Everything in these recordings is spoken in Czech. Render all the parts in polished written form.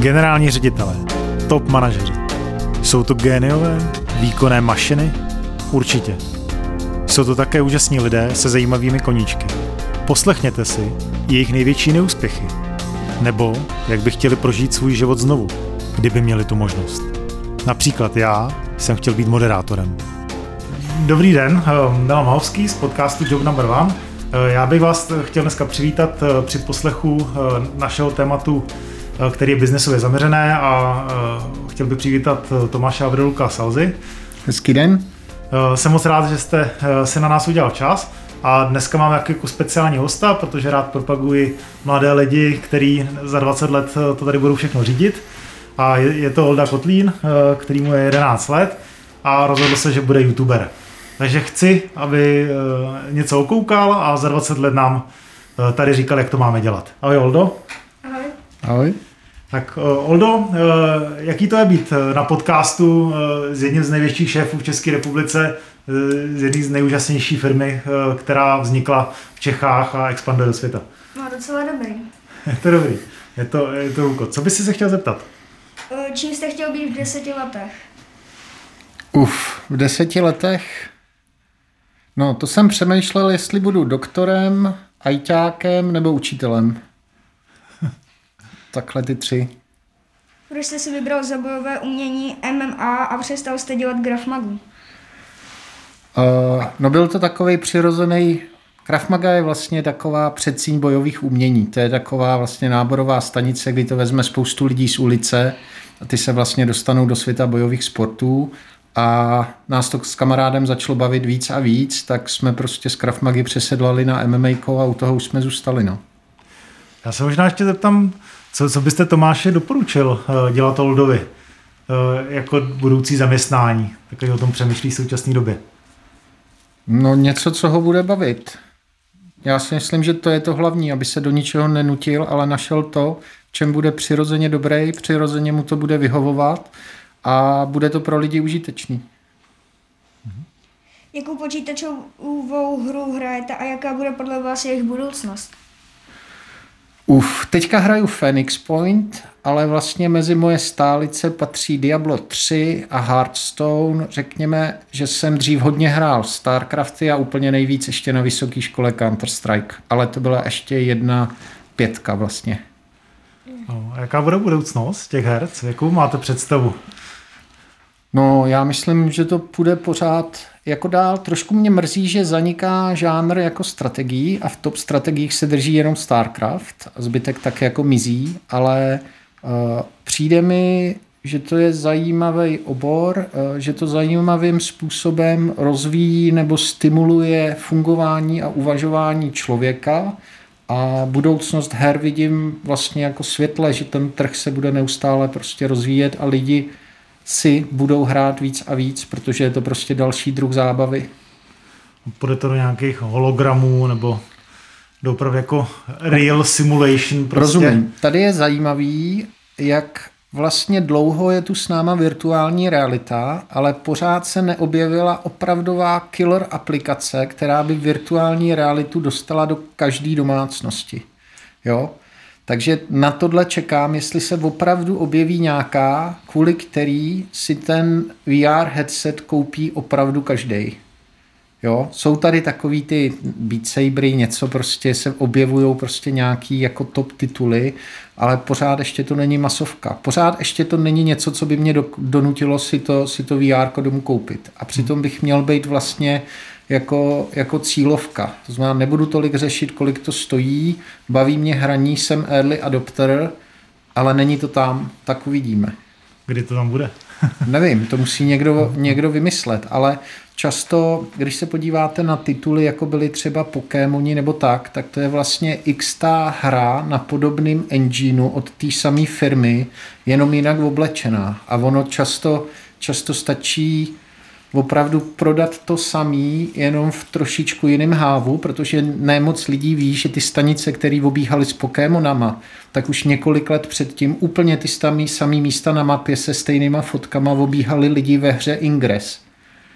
Generální ředitelé, top manažeři. Jsou to géniové, výkonné mašiny? Určitě. Jsou to také úžasní lidé se zajímavými koníčky. Poslechněte si jejich největší neúspěchy. Nebo jak by chtěli prožít svůj život znovu, kdyby měli tu možnost. Například já jsem chtěl být moderátorem. Dobrý den, Milan Mahovský z podcastu Job No. 1. Já bych vás chtěl dneska přivítat při poslechu našeho tématu, který je biznesově zaměřené, a chtěl bych přivítat Tomáše Avriluka Salzy. Hezký den. Jsem moc rád, že jste si na nás udělal čas, a dneska máme jako speciální hosta, protože rád propaguji mladé lidi, kteří za 20 let to tady budou všechno řídit. A je to Olda Kotlín, který mu je 11 let a rozhodl se, že bude youtuber. Takže chci, aby něco okoukal a za 20 let nám tady říkal, jak to máme dělat. Ahoj, Oldo. Ahoj. Ahoj. Tak Oldo, jaký to je být na podcastu s jedním z největších šéfů v České republice, z jedné z nejúžasnější firmy, která vznikla v Čechách a expanduje do světa? No, docela dobrý. Je to dobrý. Je to úkol. Co bys si se chtěl zeptat? Čím jste chtěl být v 10 letech? V 10 letech? No, to jsem přemýšlel, jestli budu doktorem, ajťákem nebo učitelem. Takhle ty 3. Proč jste si vybral za bojové umění MMA a přestal jste dělat Krav Magu? No, byl to takovej přirozený. Krav Maga je vlastně taková předsíň bojových umění. To je taková vlastně náborová stanice, kdy to vezme spoustu lidí z ulice a ty se vlastně dostanou do světa bojových sportů. A nás to s kamarádem začalo bavit víc a víc, tak jsme prostě z Krav Magy přesedlali na MMA a u toho už jsme zůstali. No. Já se možná ještě zeptám, co byste Tomáše doporučil dělat Oldovi jako budoucí zaměstnání, takže o tom přemýšlí v současné době. No, něco, co ho bude bavit. Já si myslím, že to je to hlavní, aby se do ničeho nenutil, ale našel to, v čem bude přirozeně dobrý, přirozeně mu to bude vyhovovat a bude to pro lidi užitečný. Jakou počítačovou hru hrajete a jaká bude podle vás jejich budoucnost? Teďka hraju Phoenix Point, ale vlastně mezi moje stálice patří Diablo 3 a Hearthstone. Řekněme, že jsem dřív hodně hrál Starcrafty a úplně nejvíc ještě na vysoké škole Counter-Strike, ale to byla ještě 1.5 vlastně. No, a jaká bude budoucnost těch her? Jakou máte představu? No, já myslím, že to půjde pořád jako dál. Trošku mě mrzí, že zaniká žánr jako strategií a v top strategiích se drží jenom Starcraft a zbytek tak jako mizí, ale přijde mi, že to je zajímavý obor, že to zajímavým způsobem rozvíjí nebo stimuluje fungování a uvažování člověka a budoucnost her vidím vlastně jako světle, že ten trh se bude neustále prostě rozvíjet a lidi si budou hrát víc a víc, protože je to prostě další druh zábavy. Půjde to do nějakých hologramů nebo opravdu jako real simulation? Prostě. Rozumím. Tady je zajímavý, jak vlastně dlouho je tu s náma virtuální realita, ale pořád se neobjevila opravdová killer aplikace, která by virtuální realitu dostala do každé domácnosti. Jo? Takže na tohle čekám, jestli se opravdu objeví nějaká, kvůli který si ten VR headset koupí opravdu každej. Jo, jsou tady takový ty Beat Sabery, něco prostě se objevujou prostě nějaký jako top tituly, ale pořád ještě to není masovka. Pořád ještě to není něco, co by mě donutilo si to VR domů koupit. A přitom bych měl být vlastně jako cílovka. To znamená, nebudu tolik řešit, kolik to stojí, baví mě hraní, jsem early adopter, ale není to tam, tak uvidíme. Kdy to tam bude? Nevím, to musí někdo vymyslet, ale často, když se podíváte na tituly, jako byly třeba Pokémoni nebo tak to je vlastně x-tá hra na podobném engineu od té samé firmy, jenom jinak oblečená. A ono často stačí opravdu prodat to samý, jenom v trošičku jiném hávu, protože nemoc lidí ví, že ty stanice, které obíhaly s Pokémonama, tak už několik let předtím úplně ty samý místa na mapě se stejnýma fotkama obíhali lidi ve hře Ingress.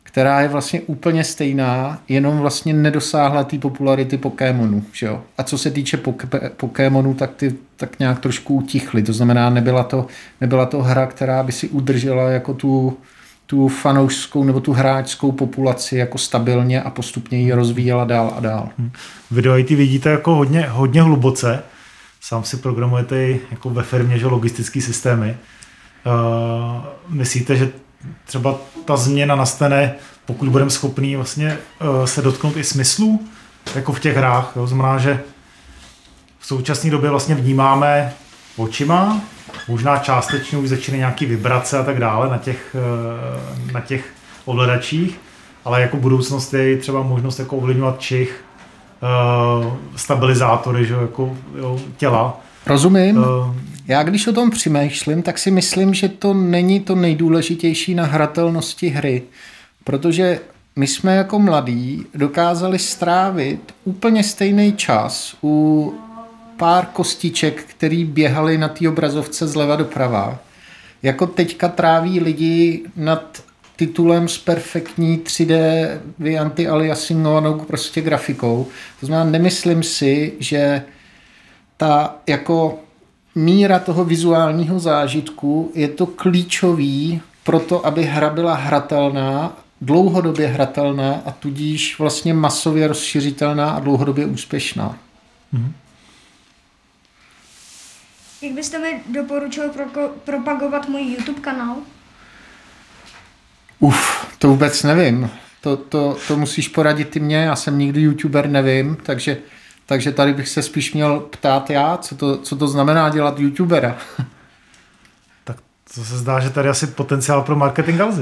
která je vlastně úplně stejná, jenom vlastně nedosáhla té popularity Pokémonů. Že jo? A co se týče Pokémonů, tak ty tak nějak trošku utichly. To znamená, nebyla to hra, která by si udržela jako tu fanoušskou nebo tu hráčskou populaci jako stabilně a postupně ji rozvíjela dál a dál. Video IT vidíte jako hodně hluboce. Sám si programujete jako ve firmě, že logistický systémy. Myslíte, že třeba ta změna nastane, pokud budeme schopní vlastně se dotknout i smyslů, jako v těch hrách. Jo? Znamená, že v současné době vlastně vnímáme očima, možná částečně už začínají nějaký vibrace a tak dále na těch ovladačích, ale jako budoucnost je třeba možnost jako ovlivňovat čich, stabilizátory, že jako těla. Rozumím. Já když o tom přemýšlím, tak si myslím, že to není to nejdůležitější na hratelnosti hry, protože my jsme jako mladí dokázali strávit úplně stejný čas u pár kostiček, který běhali na té obrazovce zleva doprava, jako teďka tráví lidi nad titulem s perfektní 3D anti-aliasingovanou prostě grafikou. To znamená, nemyslím si, že ta jako míra toho vizuálního zážitku je to klíčový pro to, aby hra byla hratelná, dlouhodobě hratelná a tudíž vlastně masově rozšiřitelná a dlouhodobě úspěšná. Mhm. Jak byste mi doporučil propagovat můj YouTube kanál? To vůbec nevím. To musíš poradit ty mě, já jsem nikdy YouTuber, nevím, takže tady bych se spíš měl ptát já, co to znamená dělat YouTubera. Tak to se zdá, že tady asi potenciál pro marketing Alzy.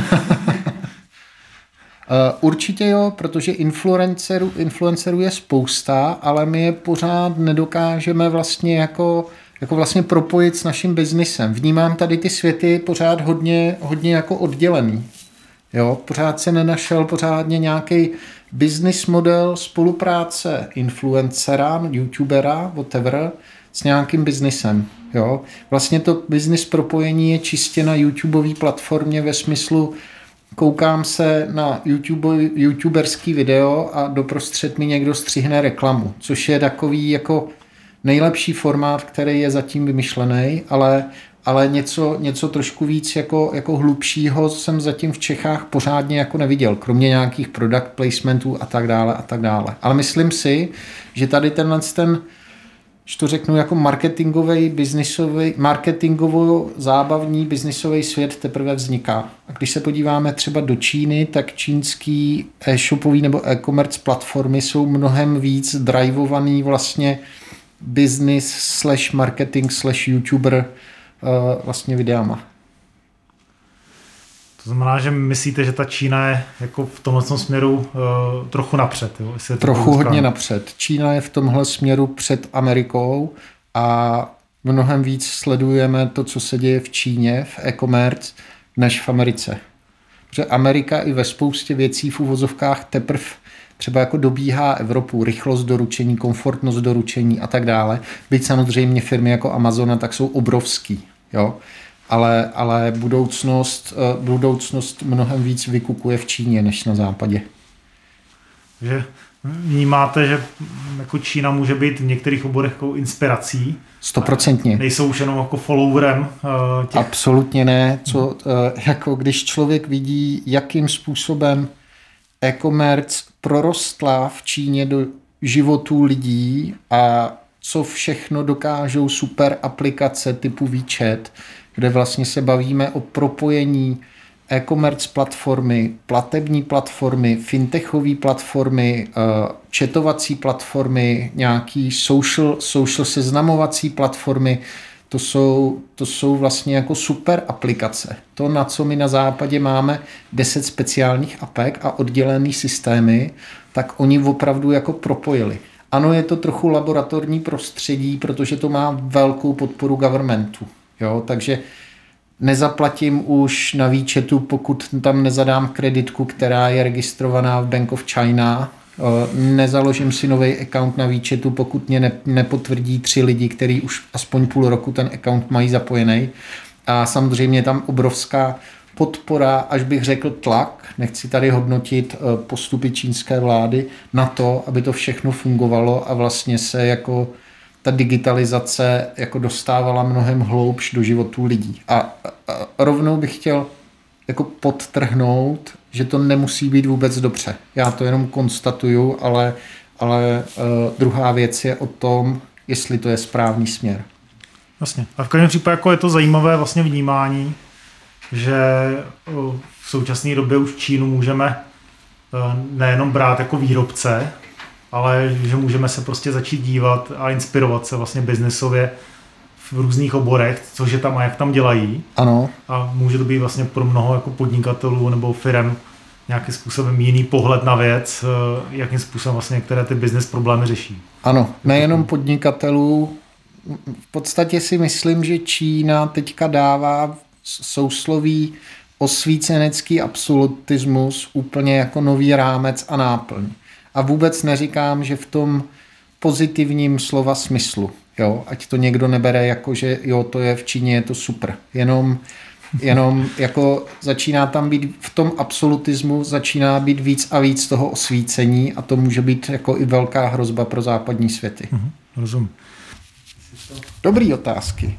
Určitě jo, protože influencerů je spousta, ale my je pořád nedokážeme vlastně jako vlastně propojit s naším biznisem. Vnímám tady ty světy pořád hodně jako oddělený. Jo, pořád se nenašel pořádně nějaký business model spolupráce influencera, youtubera, whatever, s nějakým biznisem. Jo. Vlastně to business propojení je čistě na YouTubeové platformě ve smyslu koukám se na youtuberský video a doprostřed mi někdo střihne reklamu, což je takový jako nejlepší formát, který je zatím vymyšlený, ale něco trošku víc jako hlubšího jsem zatím v Čechách pořádně jako neviděl, kromě nějakých product placementů a tak dále a tak dále. Ale myslím si, že tady že to řeknu jako marketingovo-zábavní biznisový svět teprve vzniká. A když se podíváme třeba do Číny, tak čínský e-shopový nebo e-commerce platformy jsou mnohem víc drivovaný vlastně business / marketing / YouTuber vlastně videama. To znamená, že myslíte, že ta Čína je jako v tomhle směru trochu napřed? Jo? Trochu hodně napřed. Čína je v tomhle směru před Amerikou a mnohem víc sledujeme to, co se děje v Číně, v e-commerce, než v Americe. Protože Amerika i ve spoustě věcí v uvozovkách teprve třeba jako dobíhá Evropu, rychlost doručení, komfortnost doručení a tak dále. Byť samozřejmě firmy jako Amazona tak jsou obrovský, jo. Ale budoucnost mnohem víc vykukuje v Číně než na západě. Že vnímáte, že jako Čína může být v některých oborech jako inspirací? 100%. Nejsou už jenom jako followerem? Absolutně ne. Jako když člověk vidí, jakým způsobem e-commerce prorostla v Číně do životů lidí a co všechno dokážou super aplikace typu WeChat, kde vlastně se bavíme o propojení e-commerce platformy, platební platformy, fintechové platformy, chatovací platformy, nějaký social seznamovací platformy. To jsou vlastně jako super aplikace. To, na co my na západě máme 10 speciálních apek a oddělený systémy, tak oni opravdu jako propojili. Ano, je to trochu laboratorní prostředí, protože to má velkou podporu governmentu. Jo? Takže nezaplatím už na WeChatu, pokud tam nezadám kreditku, která je registrovaná v Bank of China. Nezaložím si nový account na WeChatu, pokud mě nepotvrdí 3 lidi, kteří už aspoň půl roku ten account mají zapojený. A samozřejmě je tam obrovská podpora, až bych řekl tlak, nechci tady hodnotit postupy čínské vlády na to, aby to všechno fungovalo a vlastně se jako ta digitalizace jako dostávala mnohem hloubš do životů lidí. A rovnou bych chtěl jako podtrhnout, že to nemusí být vůbec dobře. Já to jenom konstatuju, ale druhá věc je o tom, jestli to je správný směr. Vlastně. A v každém případě jako je to zajímavé vlastně vnímání, že v současné době už Čínu můžeme nejenom brát jako výrobce, ale že můžeme se prostě začít dívat a inspirovat se vlastně biznesově v různých oborech, což je tam a jak tam dělají. Ano. A může to být vlastně pro mnoho jako podnikatelů nebo firem nějakým způsobem jiný pohled na věc, jakým způsobem vlastně některé ty business problémy řeší. Ano, nejenom podnikatelů. V podstatě si myslím, že Čína teďka dává sousloví osvícenecký absolutismus úplně jako nový rámec a náplň. A vůbec neříkám, že v tom pozitivním slova smyslu. Jo? Ať to někdo nebere jako, že jo, to je v Číně, je to super. Jenom jako začíná tam být v tom absolutismu, začíná být víc a víc toho osvícení a to může být jako i velká hrozba pro západní světy. Rozumím. Dobrý otázky.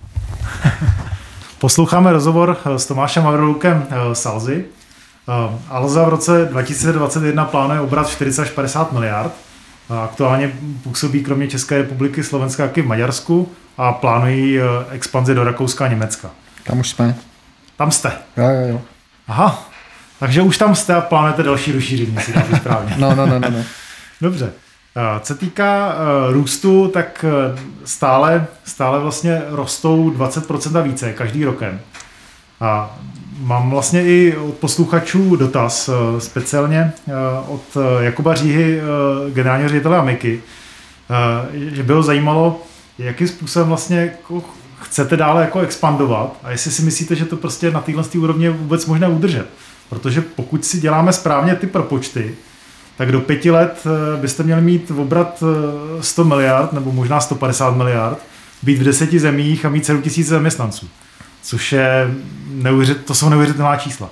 Posloucháme rozhovor s Tomášem Mavroloukem z Alzy. Alza v roce 2021 plánuje obrat 40 až 50 miliard. Aktuálně působí kromě České republiky, Slovenska taky v Maďarsku a plánují expanzi do Rakouska a Německa. Tam už jsme. Tam jste? Jo. Aha, takže už tam jste a plánujete další rozšíření, si to správně. No. Dobře. Co se týká růstu, tak stále vlastně rostou 20% a více každý rokem. A mám vlastně i od posluchačů dotaz, speciálně od Jakuba Říhy, generálního ředitele Amiky, že by ho zajímalo, jakým způsobem vlastně jako chcete dále jako expandovat a jestli si myslíte, že to prostě na téhle úrovni je vůbec možné udržet. Protože pokud si děláme správně ty propočty, tak do 5 let byste měli mít obrat 100 miliard nebo možná 150 miliard, být v 10 zemích a mít 7 000 zaměstnanců. Což je to jsou neuvěřitelná čísla.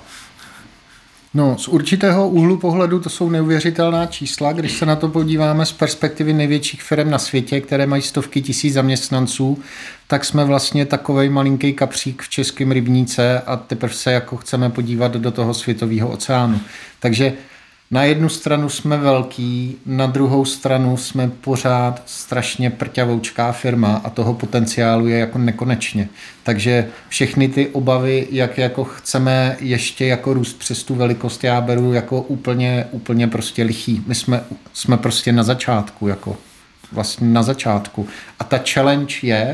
No, z určitého úhlu pohledu to jsou neuvěřitelná čísla. Když se na to podíváme z perspektivy největších firm na světě, které mají stovky tisíc zaměstnanců, tak jsme vlastně takovej malinký kapřík v českém rybníce a teprve se jako chceme podívat do toho světového oceánu. Takže na jednu stranu jsme velký, na druhou stranu jsme pořád strašně prťavoučká firma a toho potenciálu je jako nekonečně. Takže všechny ty obavy, jak jako chceme ještě jako růst přes tu velikost, já beru jako úplně prostě lichý. My jsme prostě na začátku, jako vlastně na začátku. A ta challenge je,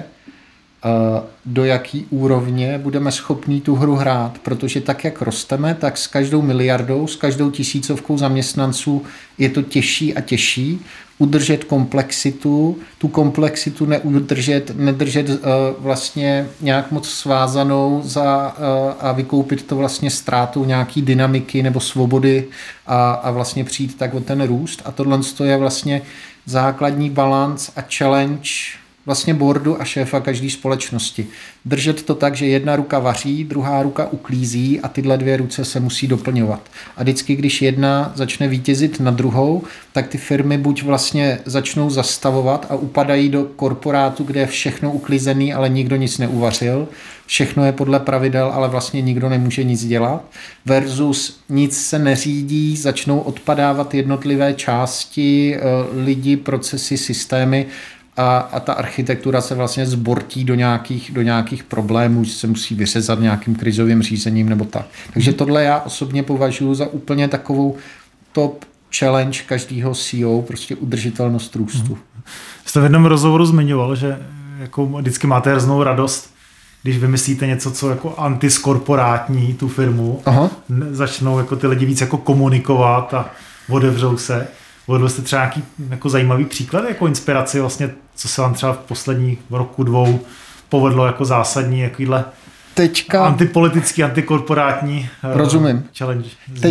do jaký úrovně budeme schopní tu hru hrát, protože tak, jak rosteme, tak s každou miliardou, s každou tisícovkou zaměstnanců je to těžší a těžší udržet komplexitu, tu komplexitu nedržet vlastně nějak moc svázanou a vykoupit to vlastně ztrátou nějaký dynamiky nebo svobody a vlastně přijít tak o ten růst. A tohle je vlastně základní balanc a challenge vlastně boardu a šéfa každé společnosti. Držet to tak, že jedna ruka vaří, druhá ruka uklízí a tyhle dvě ruce se musí doplňovat. A vždycky, když jedna začne vítězit na druhou, tak ty firmy buď vlastně začnou zastavovat a upadají do korporátu, kde je všechno uklizený, ale nikdo nic neuvařil. Všechno je podle pravidel, ale vlastně nikdo nemůže nic dělat. Versus nic se neřídí, začnou odpadávat jednotlivé části, lidi, procesy, systémy, a ta architektura se vlastně zbortí do nějakých problémů, že se musí vyřezat nějakým krizovým řízením nebo tak. Takže tohle já osobně považuji za úplně takovou top challenge každého CEO, prostě udržitelnost růstu. Jste v jednom rozhovoru zmiňoval, že jako vždycky máte hroznou radost, když vymyslíte něco, co jako antiskorporátní tu firmu, začnou jako ty lidi víc jako komunikovat a otevřou se. Uvedl jste třeba nějaký jako zajímavý příklad, jako inspiraci vlastně, co se vám třeba v posledních roku, 2 povedlo jako zásadní, jakýhle antipolitický, antikorporátní challenge.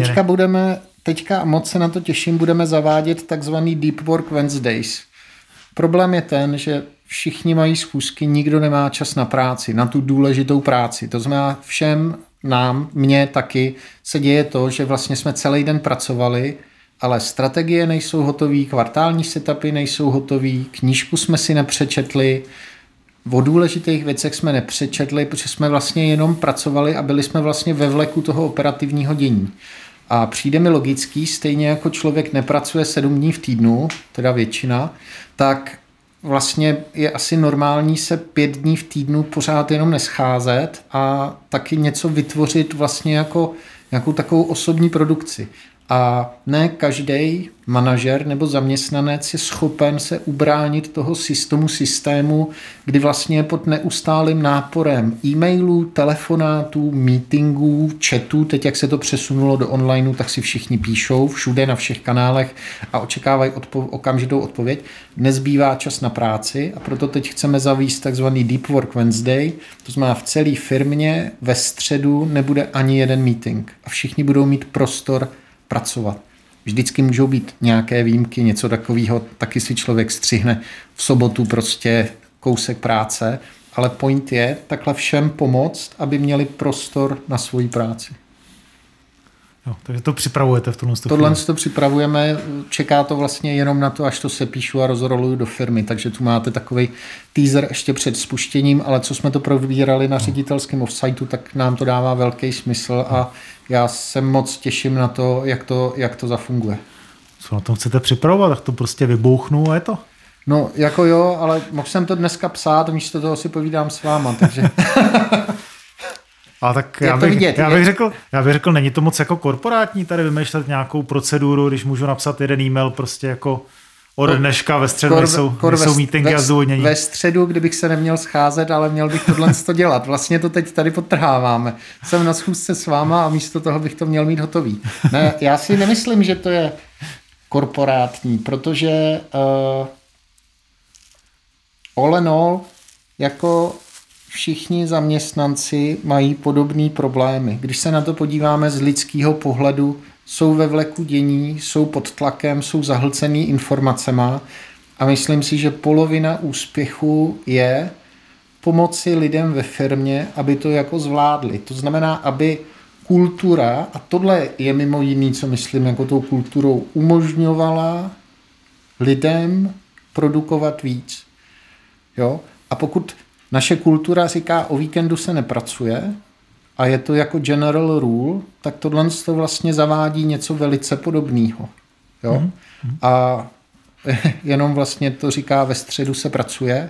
Teďka moc se na to těším, budeme zavádět takzvaný Deep Work Wednesdays. Problém je ten, že všichni mají schůzky, nikdo nemá čas na práci, na tu důležitou práci. To znamená, všem mně taky se děje to, že vlastně jsme celý den pracovali, ale strategie nejsou hotové, kvartální setupy nejsou hotové, knížku jsme si nepřečetli, o důležitých věcech jsme nepřečetli, protože jsme vlastně jenom pracovali a byli jsme vlastně ve vleku toho operativního dění. A přijde mi logický, stejně jako člověk nepracuje 7 dní v týdnu, teda většina, tak vlastně je asi normální se 5 dní v týdnu pořád jenom nescházet a taky něco vytvořit vlastně jako nějakou takovou osobní produkci. A ne každý manažer nebo zaměstnanec je schopen se ubránit toho systému, kdy vlastně je pod neustálým náporem e-mailů, telefonátů, meetingů, chatů. Teď, jak se to přesunulo do onlineu, tak si všichni píšou všude na všech kanálech a očekávají okamžitou odpověď. Nezbývá čas na práci a proto teď chceme zavést takzvaný Deep Work Wednesday. To znamená, v celé firmě ve středu nebude ani jeden meeting a všichni budou mít prostor pracovat. Vždycky můžou být nějaké výjimky, něco takového, taky si člověk střihne v sobotu prostě kousek práce, ale point je takhle všem pomoct, aby měli prostor na svoji práci. Jo, takže to připravujete v tomhle Tohle to připravujeme, čeká to vlastně jenom na to, až to sepíšu a rozroluju do firmy, takže tu máte takovej teaser ještě před spuštěním, ale co jsme to probírali na ředitelském offsiteu, tak nám to dává velký smysl a já se moc těším na to, jak to zafunguje. Co na tom chcete připravovat, tak to prostě vybouchnu a je to. No, jako jo, ale mohl jsem to dneska psát, místo toho si povídám s váma, takže... A tak já bych řekl, není to moc jako korporátní tady vymýšlet nějakou proceduru, když můžu napsat jeden e-mail prostě jako od dneška ve středu nejsou meetingy a zdůvodnění. Ve středu, kdybych se neměl scházet, ale měl bych tohle dělat. Vlastně to teď tady podtrháváme. Jsem na schůzce s váma a místo toho bych to měl mít hotový. Ne, já si nemyslím, že to je korporátní, protože all in all, jako všichni zaměstnanci mají podobné problémy. Když se na to podíváme z lidského pohledu, jsou ve vleku dění, jsou pod tlakem, jsou zahlcený informacema a myslím si, že polovina úspěchu je pomoci lidem ve firmě, aby to jako zvládli. To znamená, aby kultura, a tohle je mimo jiný, co myslím jako tou kulturou, umožňovala lidem produkovat víc. Jo? A pokud naše kultura říká, o víkendu se nepracuje a je to jako general rule, tak tohle to vlastně zavádí něco velice podobného. Jo? A jenom vlastně to říká, ve středu se pracuje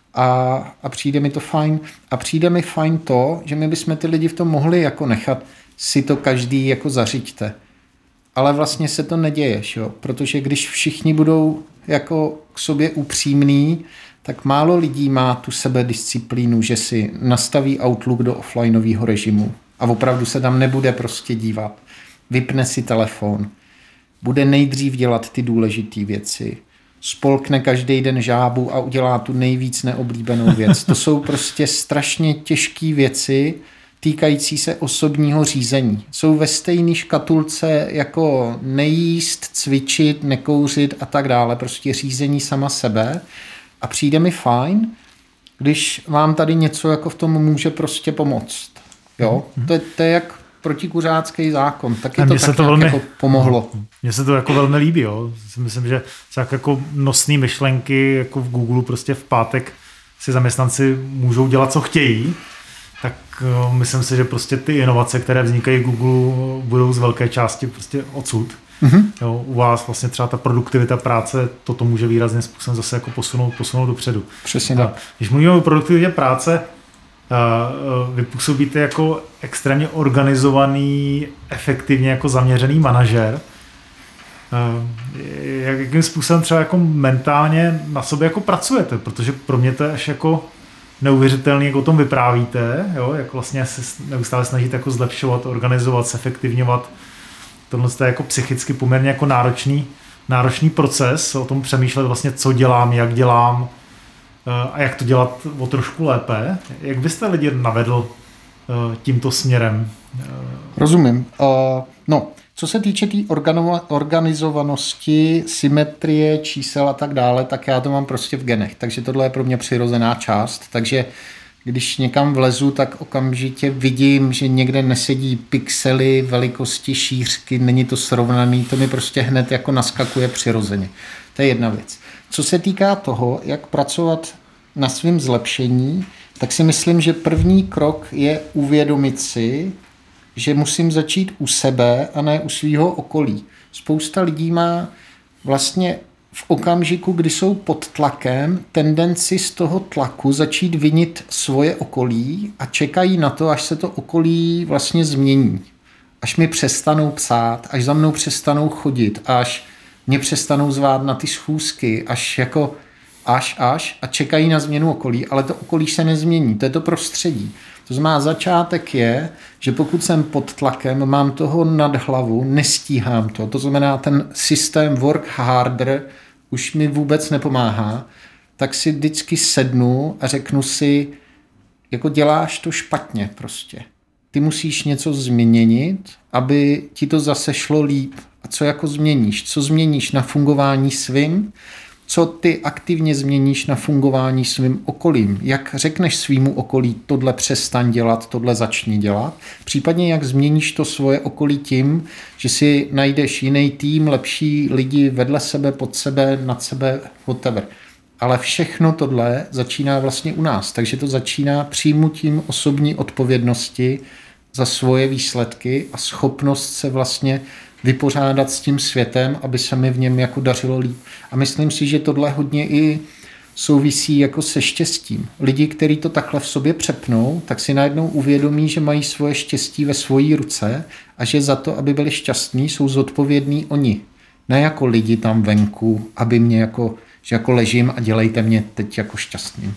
a přijde mi to fajn. A přijde mi fajn to, že my bychom ty lidi v tom mohli jako nechat si to každý jako zařiďte. Ale vlastně se to neděje, jo? Protože když všichni budou jako k sobě upřímní, tak málo lidí má tu sebedisciplínu, že si nastaví Outlook do offlineového režimu a opravdu se tam nebude prostě dívat. Vypne si telefon, bude nejdřív dělat ty důležité věci, spolkne každý den žábu a udělá tu nejvíc neoblíbenou věc. To jsou prostě strašně těžké věci týkající se osobního řízení. Jsou ve stejné škatulce jako nejíst, cvičit, nekouřit a tak dále. Prostě řízení sama sebe. A přijde mi fajn, když vám tady něco jako v tom může prostě pomoct. Jo? To je jak protikuřácký zákon. Taky to tak velmi, jako pomohlo. Mně se to jako velmi líbí. Jo? Myslím, že tak jako nosné myšlenky jako v Google prostě v pátek si zaměstnanci můžou dělat, co chtějí. Tak myslím si, že prostě ty inovace, které vznikají v Google, budou z velké části prostě odsud. Jo, u vás vlastně třeba ta produktivita práce, toto může výrazným způsobem zase jako posunout dopředu. Přesně tak. Když mluvíme o produktivitě práce, vy působíte jako extrémně organizovaný, efektivně jako zaměřený manažer. Jakým způsobem třeba jako mentálně na sobě jako pracujete? Protože pro mě to je až jako neuvěřitelný, jak o tom vyprávíte, jo? Jak vlastně se neustále snažíte jako zlepšovat, organizovat, zefektivňovat. Tohle je jako psychicky poměrně jako náročný proces, o tom přemýšlet vlastně, co dělám, jak dělám a jak to dělat o trošku lépe. Jak byste lidi navedl tímto směrem? Rozumím. No, co se týče té organizovanosti, symetrie, čísel a tak dále, tak já to mám prostě v genech, takže tohle je pro mě přirozená část, takže když někam vlezu, tak okamžitě vidím, že někde nesedí pixely, velikosti, šířky, není to srovnaný, to mi prostě hned jako naskakuje přirozeně. To je jedna věc. Co se týká toho, jak pracovat na svém zlepšení, tak si myslím, že první krok je uvědomit si, že musím začít u sebe a ne u svého okolí. Spousta lidí má vlastně v okamžiku, kdy jsou pod tlakem, tendenci z toho tlaku začít vinit svoje okolí a čekají na to, až se to okolí vlastně změní. Až mi přestanou psát, až za mnou přestanou chodit, až mě přestanou zvát na ty schůzky, až a čekají na změnu okolí, ale to okolí se nezmění, to je to prostředí. To znamená, začátek je, že pokud jsem pod tlakem, mám toho nad hlavu, nestíhám to. To znamená, ten systém work harder už mi vůbec nepomáhá, tak si vždycky sednu a řeknu si, jako děláš to špatně prostě. Ty musíš něco změnit, aby ti to zase šlo líp. A co jako změníš? Co změníš na fungování svým? Co ty aktivně změníš na fungování svým okolím? Jak řekneš svýmu okolí, tohle přestaň dělat, tohle začni dělat? Případně jak změníš to svoje okolí tím, že si najdeš jiný tým, lepší lidi vedle sebe, pod sebe, nad sebe, whatever. Ale všechno tohle začíná vlastně u nás. Takže to začíná přijmutím osobní odpovědnosti za svoje výsledky a schopnost se vlastně vypořádat s tím světem, aby se mi v něm jako dařilo líp. A myslím si, že tohle hodně i souvisí jako se štěstím. Lidi, kteří to takhle v sobě přepnou, tak si najednou uvědomí, že mají svoje štěstí ve svojí ruce a že za to, aby byli šťastní, jsou zodpovědní oni. Ne jako lidi tam venku, aby mě jako, že jako ležím a dělejte mě teď jako šťastným.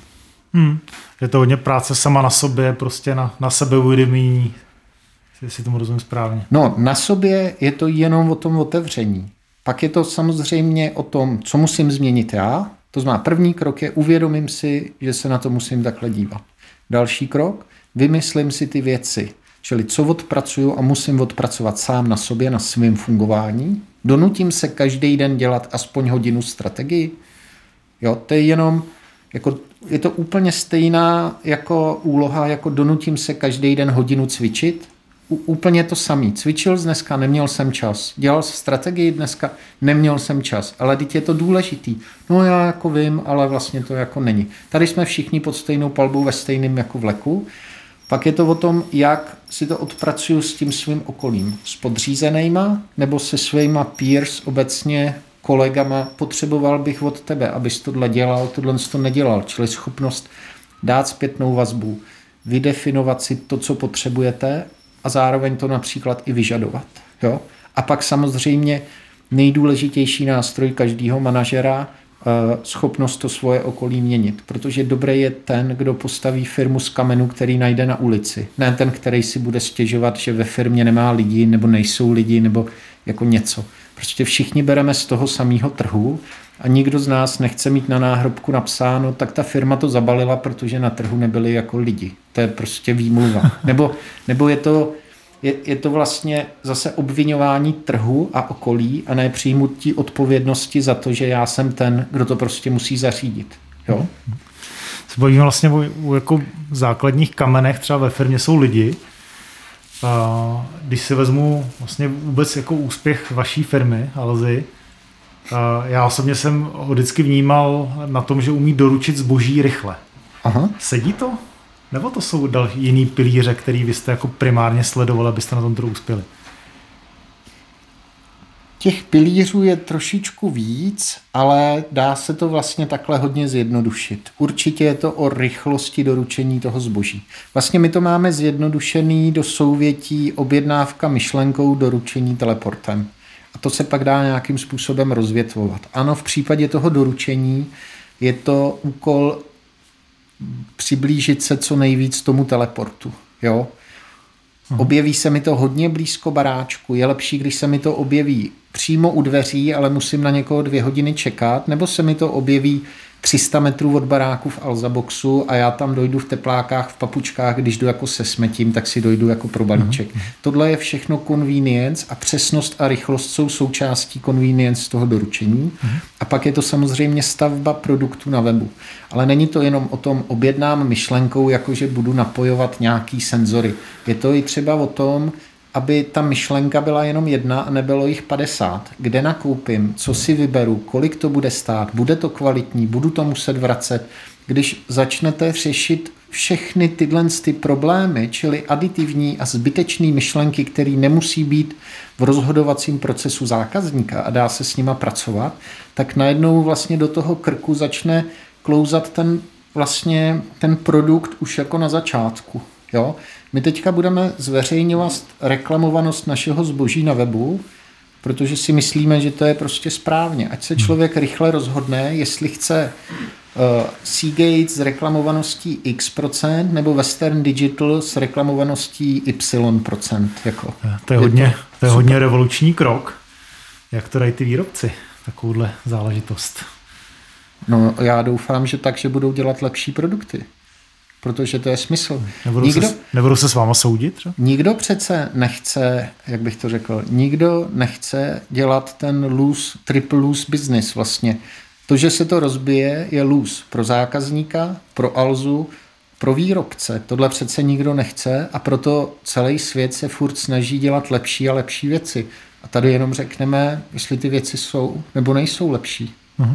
Je to hodně práce sama na sobě, prostě na sebeuvědomění, jestli tomu rozumím správně. No, na sobě je to jenom o tom otevření. Pak je to samozřejmě o tom, co musím změnit já. To znamená, první krok je uvědomím si, že se na to musím takhle dívat. Další krok, vymyslím si ty věci, čili co odpracuju a musím odpracovat sám na sobě, na svém fungování. Donutím se každý den dělat aspoň hodinu strategii. Jo, to je jenom, jako, je to úplně stejná jako úloha, jako donutím se každý den hodinu cvičit. Úplně to samý. Cvičil jsi dneska, neměl jsem čas. Dělal jsi strategii dneska, neměl jsem čas. Ale teď je to důležitý. No já jako vím, ale vlastně to jako není. Tady jsme všichni pod stejnou palbou ve stejném jako vleku. Pak je to o tom, jak si to odpracuju s tím svým okolím. S podřízenejma nebo se svýma peers, obecně kolegama. Potřeboval bych od tebe, abys tohle dělal, tohle to nedělal. Čili schopnost dát zpětnou vazbu, vydefinovat si to, co potřebujete a zároveň to například i vyžadovat. Jo? A pak samozřejmě nejdůležitější nástroj každého manažera, schopnost to svoje okolí měnit. Protože dobrý je ten, kdo postaví firmu z kamenu, který najde na ulici. Ne ten, který si bude stěžovat, že ve firmě nemá lidi, nebo nejsou lidi, nebo jako něco. Prostě všichni bereme z toho samého trhu a nikdo z nás nechce mít na náhrobku napsáno, tak ta firma to zabalila, protože na trhu nebyli jako lidi. To je prostě výmluva. Nebo je to vlastně zase obviňování trhu a okolí a ne přijímutí odpovědnosti za to, že já jsem ten, kdo to prostě musí zařídit. Jo? Se bavíme vlastně o jako základních kamenech, třeba ve firmě jsou lidi. Když si vezmu vlastně vůbec jako úspěch vaší firmy, Alzy, já osobně jsem ho vždycky vnímal na tom, že umí doručit zboží rychle. Aha. Sedí to? Nebo to jsou jiný pilíře, který vy jste jako primárně sledovali, abyste na tom trhu uspěli? Těch pilířů je trošičku víc, ale dá se to vlastně takhle hodně zjednodušit. Určitě je to o rychlosti doručení toho zboží. Vlastně my to máme zjednodušený do souvětí objednávka myšlenkou, doručení teleportem. A to se pak dá nějakým způsobem rozvětvovat. Ano, v případě toho doručení je to úkol přiblížit se co nejvíc tomu teleportu. Jo? Objeví se mi to hodně blízko baráčku. Je lepší, když se mi to objeví přímo u dveří, ale musím na někoho 2 hodiny čekat, nebo se mi to objeví 300 metrů od baráku v Alzaboxu a já tam dojdu v teplákách, v papučkách, když jdu jako se smetím, tak si dojdu jako pro balíček. Tohle je všechno convenience a přesnost a rychlost jsou součástí convenience toho doručení. A pak je to samozřejmě stavba produktu na webu. Ale není to jenom o tom objednám myšlenkou, jakože budu napojovat nějaký senzory. Je to i třeba o tom, aby ta myšlenka byla jenom jedna a nebylo jich 50. Kde nakoupím, co si vyberu, kolik to bude stát, bude to kvalitní, budu to muset vracet. Když začnete řešit všechny tyhle problémy, čili aditivní a zbytečné myšlenky, které nemusí být v rozhodovacím procesu zákazníka a dá se s nima pracovat, tak najednou vlastně do toho krku začne klouzat ten produkt už jako na začátku. Jo? My teďka budeme zveřejňovat reklamovanost našeho zboží na webu, protože si myslíme, že to je prostě správně. Ať se člověk rychle rozhodne, jestli chce Seagate s reklamovaností X% nebo Western Digital s reklamovaností Y%. Jako. To je hodně revoluční krok. Jak to dají ty výrobci, takovouhle záležitost? No, já doufám, že tak, že budou dělat lepší produkty. Protože to je smysl. Nebudou se s váma soudit? Třeba? Nikdo přece nechce, jak bych to řekl, nikdo nechce dělat ten triple lose business vlastně. To, že se to rozbije, je lose pro zákazníka, pro Alzu, pro výrobce. Tohle přece nikdo nechce a proto celý svět se furt snaží dělat lepší a lepší věci. A tady jenom řekneme, jestli ty věci jsou nebo nejsou lepší.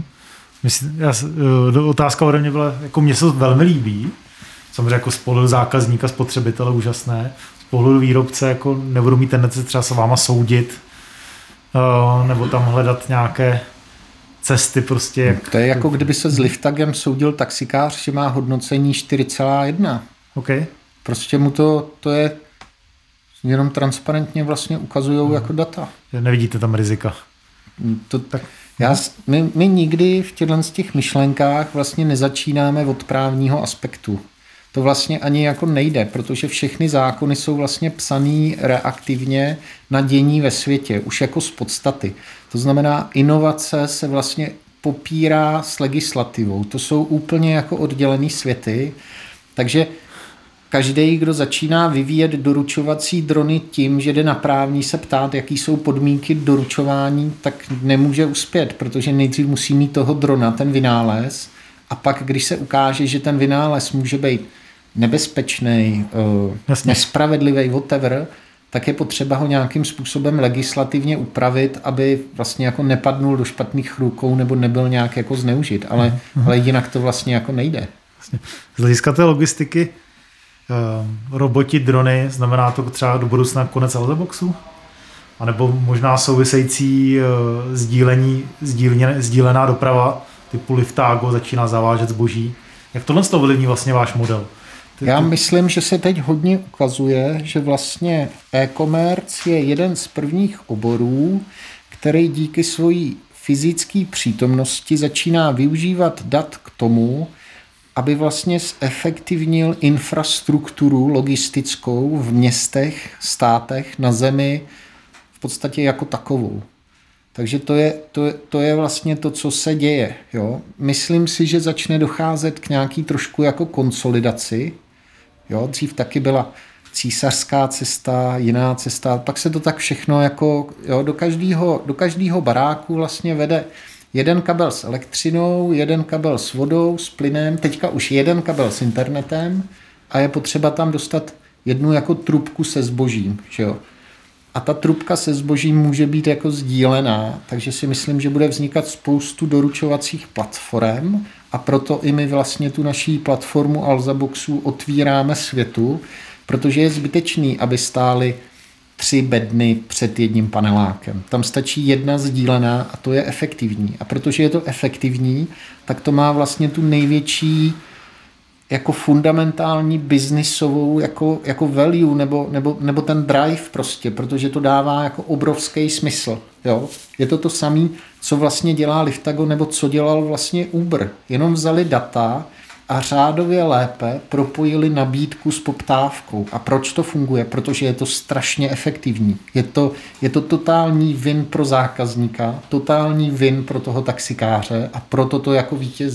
Otázka ode mě byla, jako mně se velmi líbí, samozřejmě jako z pohledu zákazníka, spotřebitele úžasné, z pohledu výrobce jako nebudu mít tendenci třeba se váma soudit nebo tam hledat nějaké cesty prostě. To je jako kdyby se s Liftagem soudil taxikář, že má hodnocení 4,1. Okay. Prostě mu to je jenom transparentně vlastně ukazujou jako data. Nevidíte tam rizika. My nikdy v těch myšlenkách vlastně nezačínáme od právního aspektu. To vlastně ani jako nejde, protože všechny zákony jsou vlastně psaný reaktivně na dění ve světě, už jako z podstaty. To znamená, inovace se vlastně popírá s legislativou. To jsou úplně jako oddělený světy, takže každý, kdo začíná vyvíjet doručovací drony tím, že jde na právní se ptát, jaký jsou podmínky doručování, tak nemůže uspět, protože nejdřív musí mít toho drona, ten vynález, a pak, když se ukáže, že ten vynález může být nebezpečný, nespravedlivý, whatever, tak je potřeba ho nějakým způsobem legislativně upravit, aby vlastně jako nepadnul do špatných rukou nebo nebyl nějak jako zneužit. Ale jinak to vlastně jako nejde. Vlastně. Z hlediska té logistiky roboti, drony, znamená to třeba do budoucna konec Alzaboxu? A nebo možná související sdílená doprava typu Liftago začíná zavážet zboží. Jak tohle ovlivní vlastně váš model? Já myslím, že se teď hodně ukazuje, že vlastně e-commerce je jeden z prvních oborů, který díky svojí fyzické přítomnosti začíná využívat dat k tomu, aby vlastně zefektivnil infrastrukturu logistickou v městech, státech, na zemi v podstatě jako takovou. Takže to je vlastně to, co se děje. Jo? Myslím si, že začne docházet k nějaký trošku jako konsolidaci. Jo? Dřív taky byla císařská cesta, jiná cesta, pak se to tak všechno jako do každého baráku vlastně vede jeden kabel s elektřinou, jeden kabel s vodou, s plynem, teďka už jeden kabel s internetem a je potřeba tam dostat jednu jako trubku se zbožím. Že jo? A ta trubka se zbožím může být jako sdílená, takže si myslím, že bude vznikat spoustu doručovacích platform a proto i my vlastně tu naší platformu Alzaboxu otvíráme světu, protože je zbytečný, aby stály 3 bedny před jedním panelákem. Tam stačí jedna sdílená a to je efektivní. A protože je to efektivní, tak to má vlastně tu největší jako fundamentální biznisovou jako value nebo ten drive prostě, protože to dává jako obrovský smysl. Jo? Je to samé, co vlastně dělá Liftago nebo co dělal vlastně Uber. Jenom vzali data a řádově lépe propojili nabídku s poptávkou. A proč to funguje? Protože je to strašně efektivní. Je to totální win pro zákazníka, totální win pro toho taxikáře a proto to jako vítězí.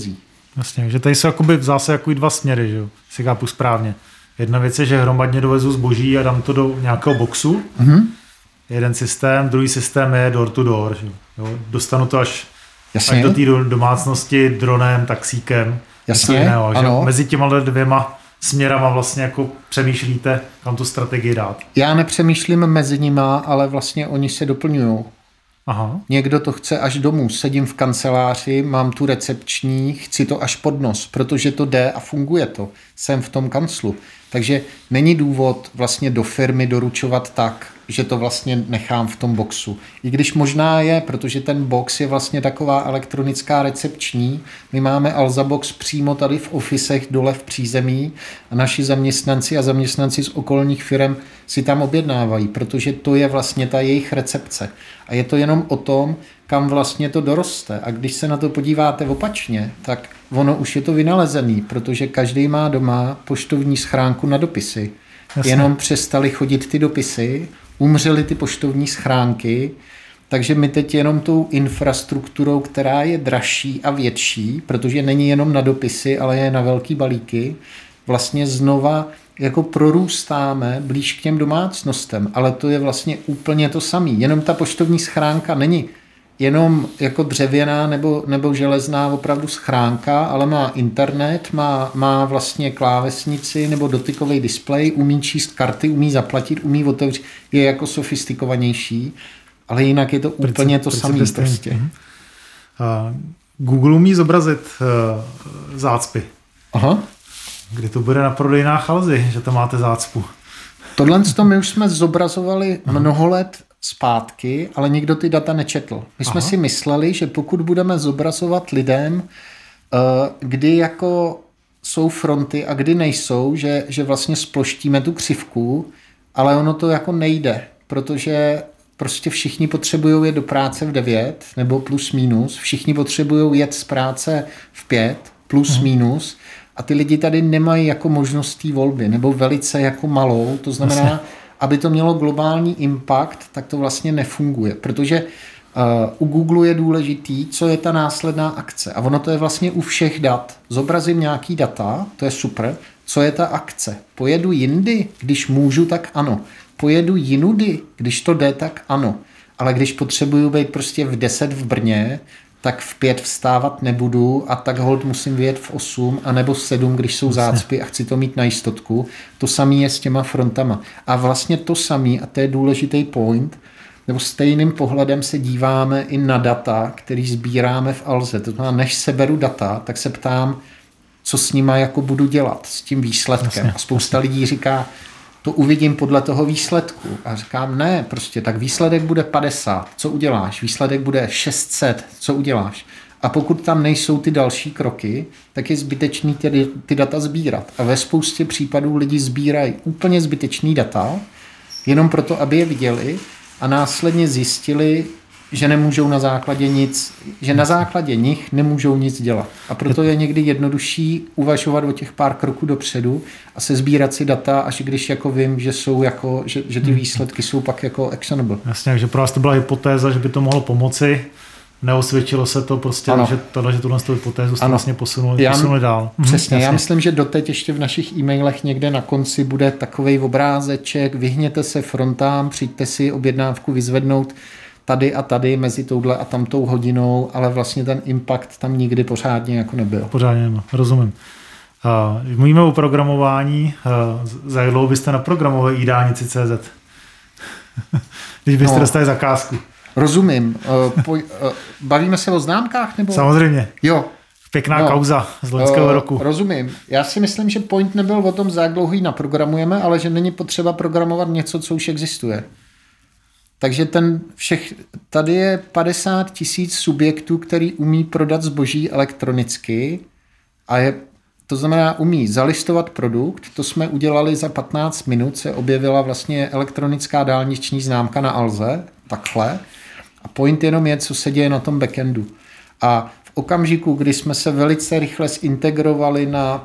Jasně, že tady jsou jakoby v zásadě jako dva směry, že jo, si chápu správně. Jedna věc je, že hromadně dovezu zboží a dám to do nějakého boxu. Mm-hmm. Jeden systém, druhý systém je door to door. Že jo? Dostanu to až do té domácnosti dronem, taxíkem. Jasně, jiného, že mezi těma dvěma směrama vlastně jako přemýšlíte, kam tu strategii dát. Já nepřemýšlím mezi nima, ale vlastně oni se doplňují. Aha. Někdo to chce až domů, sedím v kanceláři, mám tu recepční, chci to až pod nos, protože to jde a funguje to. Jsem v tom kanclu. Takže není důvod vlastně do firmy doručovat tak, že to vlastně nechám v tom boxu. I když možná je, protože ten box je vlastně taková elektronická recepční. My máme Alza Box přímo tady v ofisech dole v přízemí a naši zaměstnanci a zaměstnanci z okolních firm si tam objednávají, protože to je vlastně ta jejich recepce. A je to jenom o tom, kam vlastně to doroste. A když se na to podíváte opačně, tak ono už je to vynalezený, protože každý má doma poštovní schránku na dopisy. Jasně. Jenom přestali chodit ty dopisy, umřely ty poštovní schránky, takže my teď jenom tou infrastrukturou, která je dražší a větší, protože není jenom na dopisy, ale je na velký balíky, vlastně znova jako prorůstáme blíž k těm domácnostem, ale to je vlastně úplně to samé. Jenom ta poštovní schránka není jenom jako dřevěná nebo železná opravdu schránka, ale má internet, má vlastně klávesnici nebo dotykový displej, umí číst karty, umí zaplatit, umí otevřít, je jako sofistikovanější, ale jinak je to úplně to samé prostě. Google umí zobrazit zácpy. Aha. Kdy to bude na prodejnách Alzy, že to máte zácpu? Tohle my už jsme zobrazovali mnoho let zpátky, ale nikdo ty data nečetl. My jsme si mysleli, že pokud budeme zobrazovat lidem, kdy jako jsou fronty a kdy nejsou, že vlastně sploštíme tu křivku, ale ono to jako nejde, protože prostě všichni potřebují jet do práce v 9 nebo plus minus, všichni potřebují jet z práce v 5 plus minus a ty lidi tady nemají jako možnost té volby nebo velice jako malou, to znamená, aby to mělo globální impact, tak to vlastně nefunguje, protože u Google je důležitý, co je ta následná akce. A ono to je vlastně u všech dat. Zobrazím nějaký data, to je super. Co je ta akce? Pojedu jindy, když můžu, tak ano. Pojedu jinudy, když to jde, tak ano. Ale když potřebuju být prostě v 10 v Brně, tak v 5 vstávat nebudu a tak hold musím vyjet v 8 anebo 7, když jsou zácpy a chci to mít na jistotku. To samé je s těma frontama. A vlastně to samé, a to je důležitý point, nebo stejným pohledem se díváme i na data, který sbíráme v Alze. To znamená, než seberu data, tak se ptám, co s nima jako budu dělat, s tím výsledkem. A spousta lidí říká, to uvidím podle toho výsledku. A říkám, ne, prostě tak výsledek bude 50, co uděláš? Výsledek bude 600, co uděláš? A pokud tam nejsou ty další kroky, tak je zbytečný ty data sbírat. A ve spoustě případů lidi sbírají úplně zbytečný data, jenom proto, aby je viděli a následně zjistili, že nemůžou na základě nic, že na základě nich nemůžou nic dělat. A proto je někdy jednodušší uvažovat o těch pár kroků dopředu a sbírat si data, až když jako vím, že jsou jako, že ty výsledky jsou pak jako actionable. Jasně, takže pro vás to byla hypotéza, že by to mohlo pomoci. Neosvědčilo se to prostě, že tuhle hypotézu jste vlastně posunuli dál. Přesně, já myslím, že doteď ještě v našich e-mailech někde na konci bude takovej obrázeček, vyhněte se frontám, přijďte si objednávku vyzvednout tady a tady mezi touhle a tamtou hodinou, ale vlastně ten impact tam nikdy pořádně jako nebyl. Pořádně nebyl, rozumím. Mluvíme o programování, za jak dlouho byste naprogramovali jídálnici CZ? Když byste dostali zakázku. Rozumím. Bavíme se o známkách? Nebo? Samozřejmě. Jo. Pěkná kauza z loňského roku. Rozumím. Já si myslím, že point nebyl o tom, za jak dlouho ji naprogramujeme, ale že není potřeba programovat něco, co už existuje. Takže tady je 50 000 subjektů, který umí prodat zboží elektronicky a to znamená umí zalistovat produkt. To jsme udělali za 15 minut, se objevila vlastně elektronická dálniční známka na Alze, takhle. A point jenom je, co se děje na tom backendu. A v okamžiku, kdy jsme se velice rychle zintegrovali na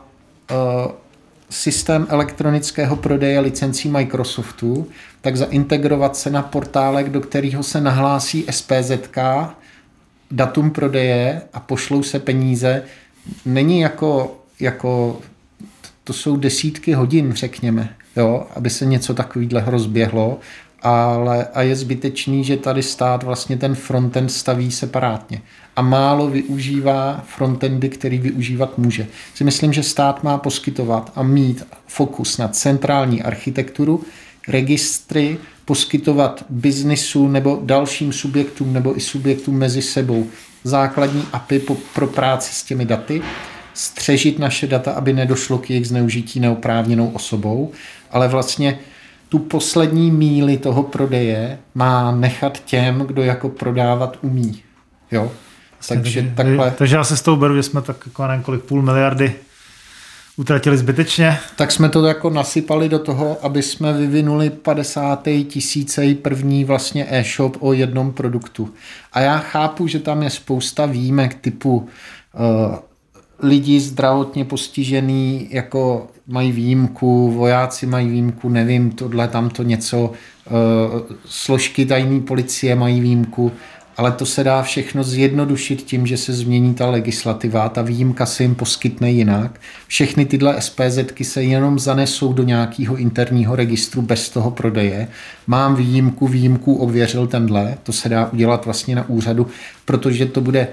systém elektronického prodeje licencí Microsoftu, tak zaintegrovat se na portálek, do kterého se nahlásí SPZ, datum prodeje a pošlou se peníze, není jako to jsou desítky hodin, řekněme, jo, aby se něco takovýhle rozběhlo, a je zbytečný, že tady stát vlastně ten frontend staví separátně a málo využívá frontendy, který využívat může. Si myslím, že stát má poskytovat a mít fokus na centrální architekturu, registry, poskytovat biznisu nebo dalším subjektům nebo i subjektům mezi sebou základní API pro práci s těmi daty, střežit naše data, aby nedošlo k jejich zneužití neoprávněnou osobou, ale vlastně tu poslední míli toho prodeje má nechat těm, kdo jako prodávat umí. Jo? Takže takhle. Takže já se s tou beru, že jsme tak jako nevím kolik, 0,5 miliardy utratili zbytečně. Tak jsme to jako nasypali do toho, aby jsme vyvinuli 50. tisícej první vlastně e-shop o jednom produktu. A já chápu, že tam je spousta výjimek typu lidi zdravotně postižený jako mají výjimku, vojáci mají výjimku, nevím, tohle, tamto něco, složky tajné policie mají výjimku, ale to se dá všechno zjednodušit tím, že se změní ta legislativa, ta výjimka se jim poskytne jinak. Všechny tyhle SPZky se jenom zanesou do nějakého interního registru bez toho prodeje. Mám výjimku ověřil tenhle, to se dá udělat vlastně na úřadu, protože to bude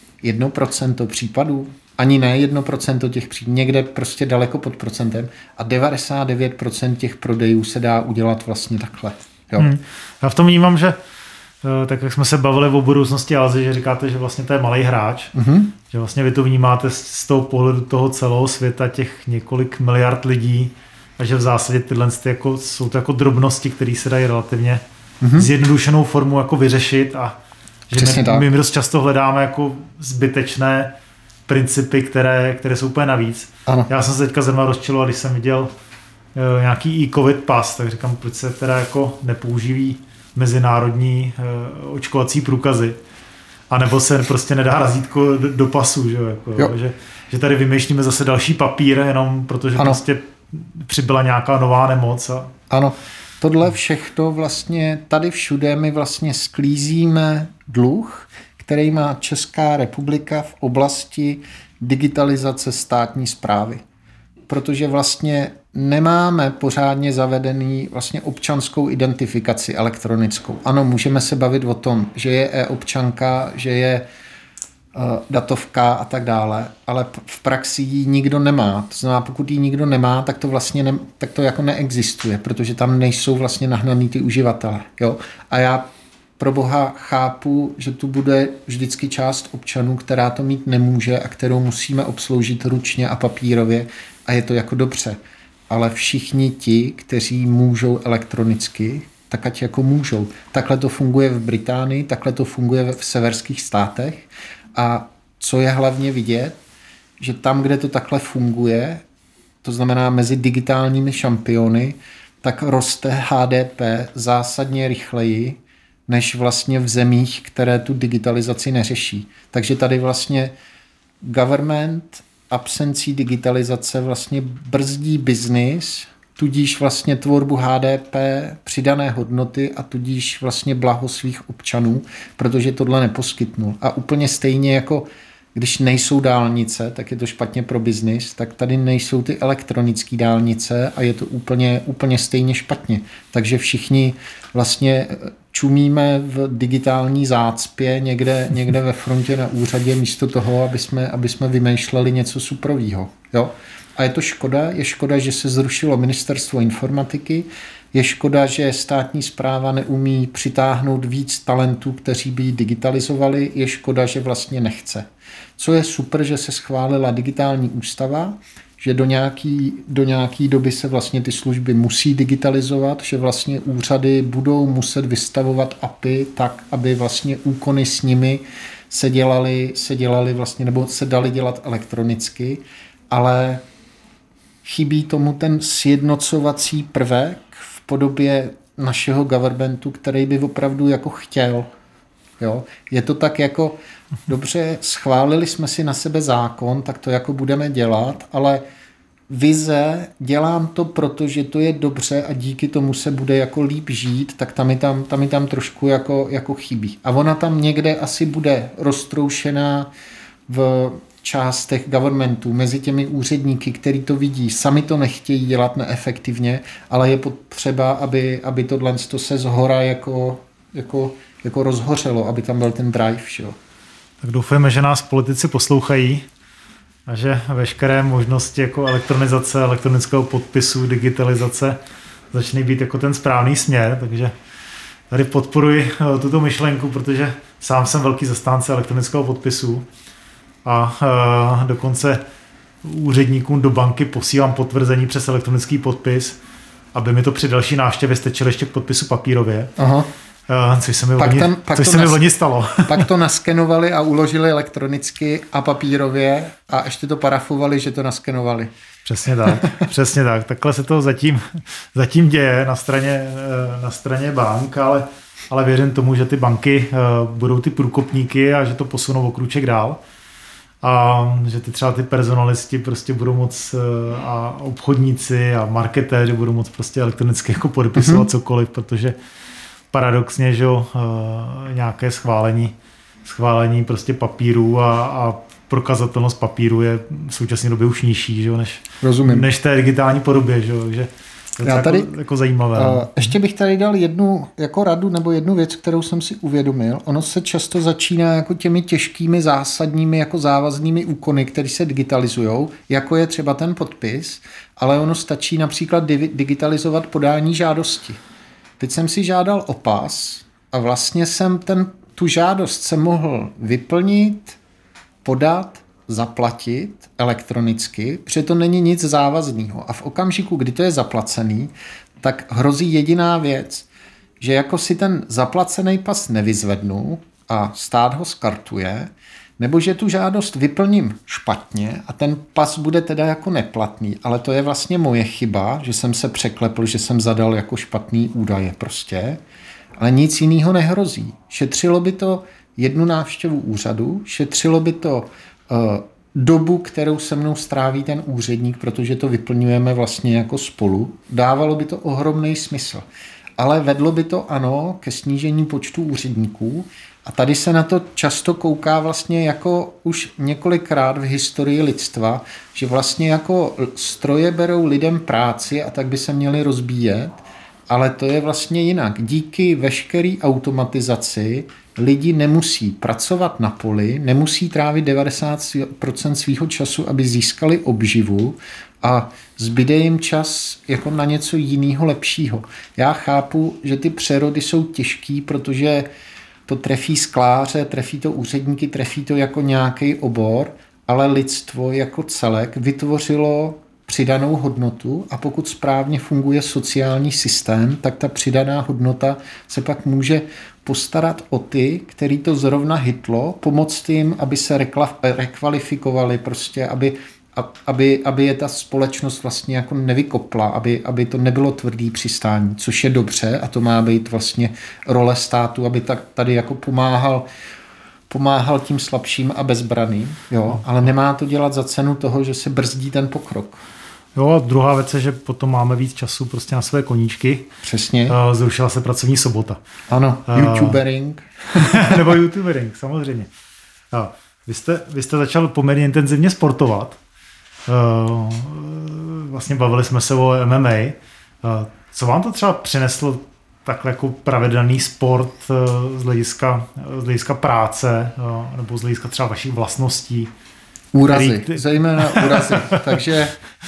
1% případů, ani ne 1% těch případů, někde prostě daleko pod procentem a 99% těch prodejů se dá udělat vlastně takhle. Jo. Já v tom vnímám, že tak jak jsme se bavili o budoucnosti Alzy, že říkáte, že vlastně to je malej hráč, že vlastně vy to vnímáte z toho pohledu toho celého světa, těch několik miliard lidí a že v zásadě tyhle jako, jsou to jako drobnosti, které se dají relativně zjednodušenou formu jako vyřešit a že my dost často hledáme jako zbytečné principy, které jsou úplně navíc. Ano. Já jsem se teďka zrovna rozčiloval, když jsem viděl nějaký e-covid pas, tak říkám, proč se teda jako nepoužijí mezinárodní očkovací průkazy, anebo se prostě nedá razítko do pasu, že, jako, že tady vymýšlíme zase další papír, jenom protože prostě přibyla nějaká nová nemoc. Ano, tohle všechno vlastně, tady všude my vlastně sklízíme dluh, který má Česká republika v oblasti digitalizace státní správy. Protože vlastně nemáme pořádně zavedený vlastně občanskou identifikaci elektronickou. Ano, můžeme se bavit o tom, že je e-občanka, že je datovka a tak dále, ale v praxi ji nikdo nemá. To znamená, pokud ji nikdo nemá, tak to vlastně tak to jako neexistuje, protože tam nejsou vlastně nahnaný ty uživatelé. Jo? A já pro boha chápu, že tu bude vždycky část občanů, která to mít nemůže a kterou musíme obsloužit ručně a papírově a je to jako dobře. Ale všichni ti, kteří můžou elektronicky, tak ať jako můžou. Takhle to funguje v Británii, takhle to funguje v severských státech a co je hlavně vidět, že tam, kde to takhle funguje, to znamená mezi digitálními šampiony, tak roste HDP zásadně rychleji, než vlastně v zemích, které tu digitalizaci neřeší. Takže tady vlastně government absencí digitalizace vlastně brzdí biznis, tudíž vlastně tvorbu HDP, přidané hodnoty a tudíž vlastně blaho svých občanů, protože tohle neposkytnul. A úplně stejně jako když nejsou dálnice, tak je to špatně pro biznis, tak tady nejsou ty elektronické dálnice a je to úplně stejně špatně. Takže všichni vlastně čumíme v digitální zácpě někde ve frontě na úřadě místo toho, aby jsme vymýšleli něco suprovýho. Jo? A je škoda, že se zrušilo ministerstvo informatiky, je škoda, že státní správa neumí přitáhnout víc talentů, kteří by ji digitalizovali, je škoda, že vlastně nechce. Co je super, že se schválila digitální ústava, že do nějaký doby se vlastně ty služby musí digitalizovat, že vlastně úřady budou muset vystavovat API tak, aby vlastně úkony s nimi se dělaly vlastně, nebo se daly dělat elektronicky, ale chybí tomu ten sjednocovací prvek v podobě našeho governmentu, který by opravdu jako chtěl. Jo? Je to tak jako, dobře, schválili jsme si na sebe zákon, tak to jako budeme dělat, ale vize, dělám to, protože to je dobře a díky tomu se bude jako líp žít, tak tam mi tam trošku jako chybí. A ona tam někde asi bude roztroušená částech governmentu, mezi těmi úředníky, kteří to vidí, sami to nechtějí dělat neefektivně, ale je potřeba, aby tohle se zhora jako rozhořelo, aby tam byl ten drive. Že? Tak doufujeme, že nás politici poslouchají a že veškeré možnosti jako elektronizace, elektronického podpisu, digitalizace začne být jako ten správný směr, takže tady podporuji tuto myšlenku, protože sám jsem velký zastánce elektronického podpisu a dokonce úředníkům do banky posílám potvrzení přes elektronický podpis, aby mi to při další návštěvě stačilo ještě k podpisu papírově. Aha. Což se mi loni stalo. Pak to naskenovali a uložili elektronicky a papírově a ještě to parafovali, že to naskenovali. Přesně tak, přesně tak. Takhle se to zatím děje na straně bank, ale věřím tomu, že ty banky budou ty průkopníky a že to posunou o krůček dál. A že třeba ty personalisti prostě budou moc a obchodníci a marketéři budou moc prostě elektronicky jako podepisovat cokoliv, protože paradoxně, že nějaké schválení prostě papíru a prokazatelnost papíru je v současné době už nižší, že než té digitální podobě, že takže to je tady, jako zajímavé. Ještě bych tady dal jednu jako radu nebo jednu věc, kterou jsem si uvědomil. Ono se často začíná jako těmi těžkými, zásadními, jako závaznými úkony, které se digitalizujou, jako je třeba ten podpis, ale ono stačí například digitalizovat podání žádosti. Teď jsem si žádal o pas a vlastně jsem tu žádost se mohl vyplnit, podat, zaplatit elektronicky, protože to není nic závazného. A v okamžiku, kdy to je zaplacený, tak hrozí jediná věc, že jako si ten zaplacený pas nevyzvednu a stát ho skartuje, nebo že tu žádost vyplním špatně a ten pas bude teda jako neplatný, ale to je vlastně moje chyba, že jsem se překlepl, že jsem zadal jako špatný údaje prostě, ale nic jiného nehrozí. Šetřilo by to jednu návštěvu úřadu, šetřilo by to dobu, kterou se mnou stráví ten úředník, protože to vyplňujeme vlastně jako spolu, dávalo by to ohromný smysl. Ale vedlo by to, ano, ke snížení počtu úředníků a tady se na to často kouká vlastně jako už několikrát v historii lidstva, že vlastně jako stroje berou lidem práci a tak by se měli rozbíjet, ale to je vlastně jinak. Díky veškeré automatizaci lidi nemusí pracovat na poli, nemusí trávit 90% svýho času, aby získali obživu a zbyde jim čas jako na něco jiného lepšího. Já chápu, že ty přerody jsou těžký, protože to trefí skláře, trefí to úředníky, trefí to jako nějaký obor, ale lidstvo jako celek vytvořilo přidanou hodnotu a pokud správně funguje sociální systém, tak ta přidaná hodnota se pak může postarat o ty, který to zrovna hitlo, pomoct jim, aby se rekvalifikovali, prostě, aby je ta společnost vlastně jako nevykopla, aby to nebylo tvrdý přistání, což je dobře a to má být vlastně role státu, aby tady jako pomáhal tím slabším a bezbranným, jo, ale nemá to dělat za cenu toho, že se brzdí ten pokrok. Jo, a druhá věc je, že potom máme víc času prostě na své koníčky. Přesně. Zrušila se pracovní sobota. Ano, youtubering. Nebo youtubering, samozřejmě. Vy jste začal poměrně intenzivně sportovat. Vlastně bavili jsme se o MMA. Co vám to třeba přineslo takhle jako pravidelný sport z hlediska práce nebo z hlediska třeba vašich vlastností? Úrazy, zejména úrazy. Takže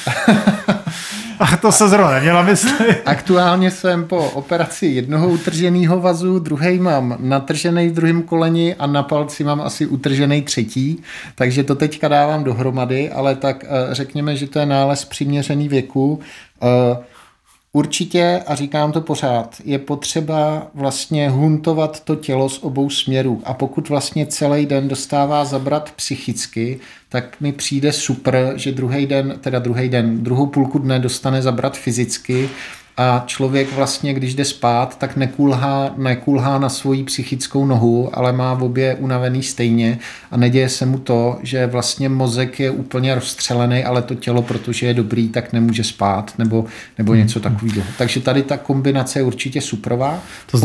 a to se zrovna neměla myslet. Aktuálně jsem po operaci jednoho utrženého vazu, druhý mám natržený v druhém koleni a na palci mám asi utržený třetí, takže to teďka dávám dohromady, ale tak řekněme, že to je nález přiměřený věku. Určitě, a říkám to pořád, je potřeba vlastně huntovat to tělo z obou směrů a pokud vlastně celý den dostává zabrat psychicky, tak mi přijde super, že druhou půlku dne dostane zabrat fyzicky a člověk vlastně, když jde spát, tak nekulhá na svoji psychickou nohu, ale má obě unavený stejně a neděje se mu to, že vlastně mozek je úplně rozstřelený, ale to tělo, protože je dobrý, tak nemůže spát nebo něco takového. Takže tady ta kombinace je určitě superová.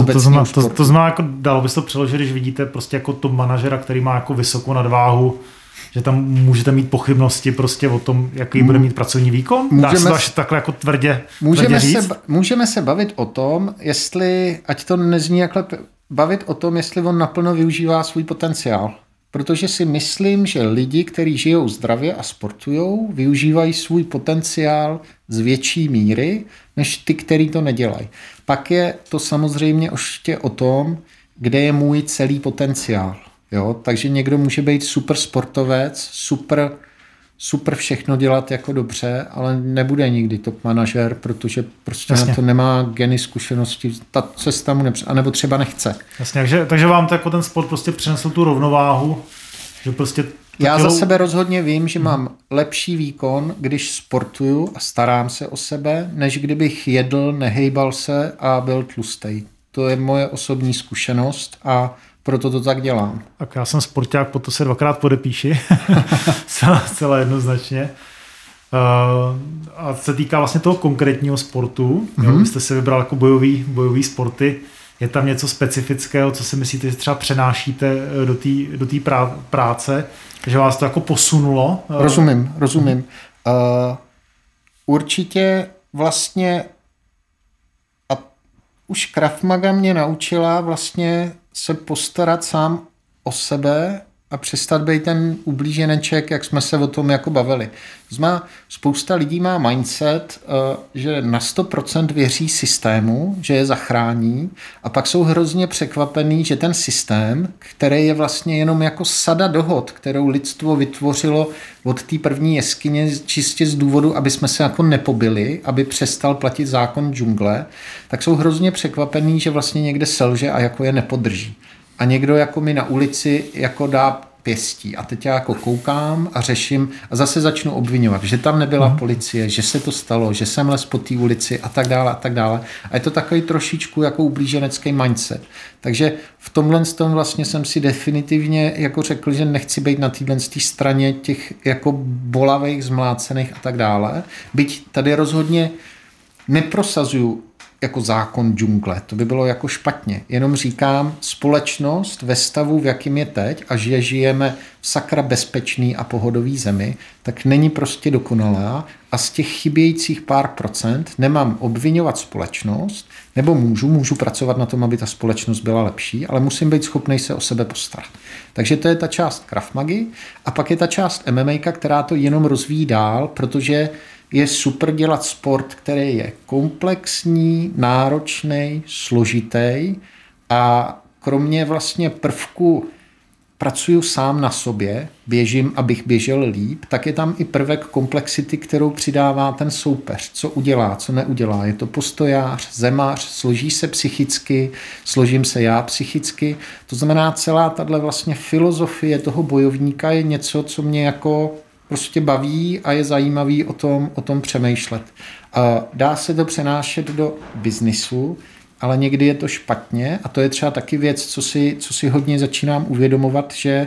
To znamená, jako dalo by se to přeložit, když vidíte prostě jako top manažera, který má jako vysokou nadváhu, že tam můžete mít pochybnosti prostě o tom, jaký bude mít pracovní výkon? Dá se to až takhle jako tvrdě říct? Můžeme se bavit o tom, jestli, ať to nezní jakhle, bavit o tom, jestli on naplno využívá svůj potenciál. Protože si myslím, že lidi, kteří žijou zdravě a sportujou, využívají svůj potenciál z větší míry, než ty, kteří to nedělají. Pak je to samozřejmě ještě o tom, kde je můj celý potenciál. Jo? Takže někdo může být super sportovec, super všechno dělat jako dobře, ale nebude nikdy top manažer, protože prostě na to nemá geny, zkušenosti, ta cesta mu anebo třeba nechce. Jasně, takže vám to jako ten sport prostě přinesl tu rovnováhu, že prostě... Já za sebe rozhodně vím, že mám lepší výkon, když sportuju a starám se o sebe, než kdybych jedl, nehejbal se a byl tlustej. To je moje osobní zkušenost a proto to tak dělám. Tak já jsem sporták, proto se 2krát podepíši. Celá jednoznačně. A se týká vlastně toho konkrétního sportu. Jo, vy jste si vybral jako bojový sporty. Je tam něco specifického, co si myslíte, že třeba přenášíte do té práce, že vás to jako posunulo? Rozumím. Určitě vlastně a už Krav Maga mě naučila vlastně se postarat sám o sebe a přestat být ten ublíženeček, jak jsme se o tom jako bavili. Spousta lidí má mindset, že na 100% věří systému, že je zachrání a pak jsou hrozně překvapený, že ten systém, který je vlastně jenom jako sada dohod, kterou lidstvo vytvořilo od té první jeskyně čistě z důvodu, aby jsme se jako nepobili, aby přestal platit zákon džungle, tak jsou hrozně překvapený, že vlastně někde selže a jako je nepodrží. A někdo jako mi na ulici jako dá pěstí. A teď já jako koukám a řeším a zase začnu obvinovat, že tam nebyla policie, že se to stalo, že jsem les po té ulici a tak dále a tak dále. A je to takový trošičku jako ublíženecký mindset. Takže v tomhle vlastně jsem si definitivně jako řekl, že nechci být na téhle straně těch jako bolavých, zmlácených a tak dále. Byť tady rozhodně neprosazuju jako zákon džungle, to by bylo jako špatně. Jenom říkám, společnost ve stavu, v jakým je teď a že žijeme v sakra bezpečný a pohodový zemi, tak není prostě dokonalá a z těch chybějících pár procent nemám obvinovat společnost, nebo můžu pracovat na tom, aby ta společnost byla lepší, ale musím být schopný se o sebe postarat. Takže to je ta část Krav Magy a pak je ta část MMA, která to jenom rozvíjí dál, protože je super dělat sport, který je komplexní, náročný, složitý a kromě vlastně prvku pracuju sám na sobě, běžím, abych běžel líp, tak je tam i prvek komplexity, kterou přidává ten soupeř. Co udělá, co neudělá. Je to postojář, zemář, složí se psychicky, složím se já psychicky. To znamená, celá tahle vlastně filozofie toho bojovníka je něco, co mě jako prostě baví a je zajímavý o tom přemýšlet. Dá se to přenášet do biznisu, ale někdy je to špatně a to je třeba taky věc, co si hodně začínám uvědomovat, že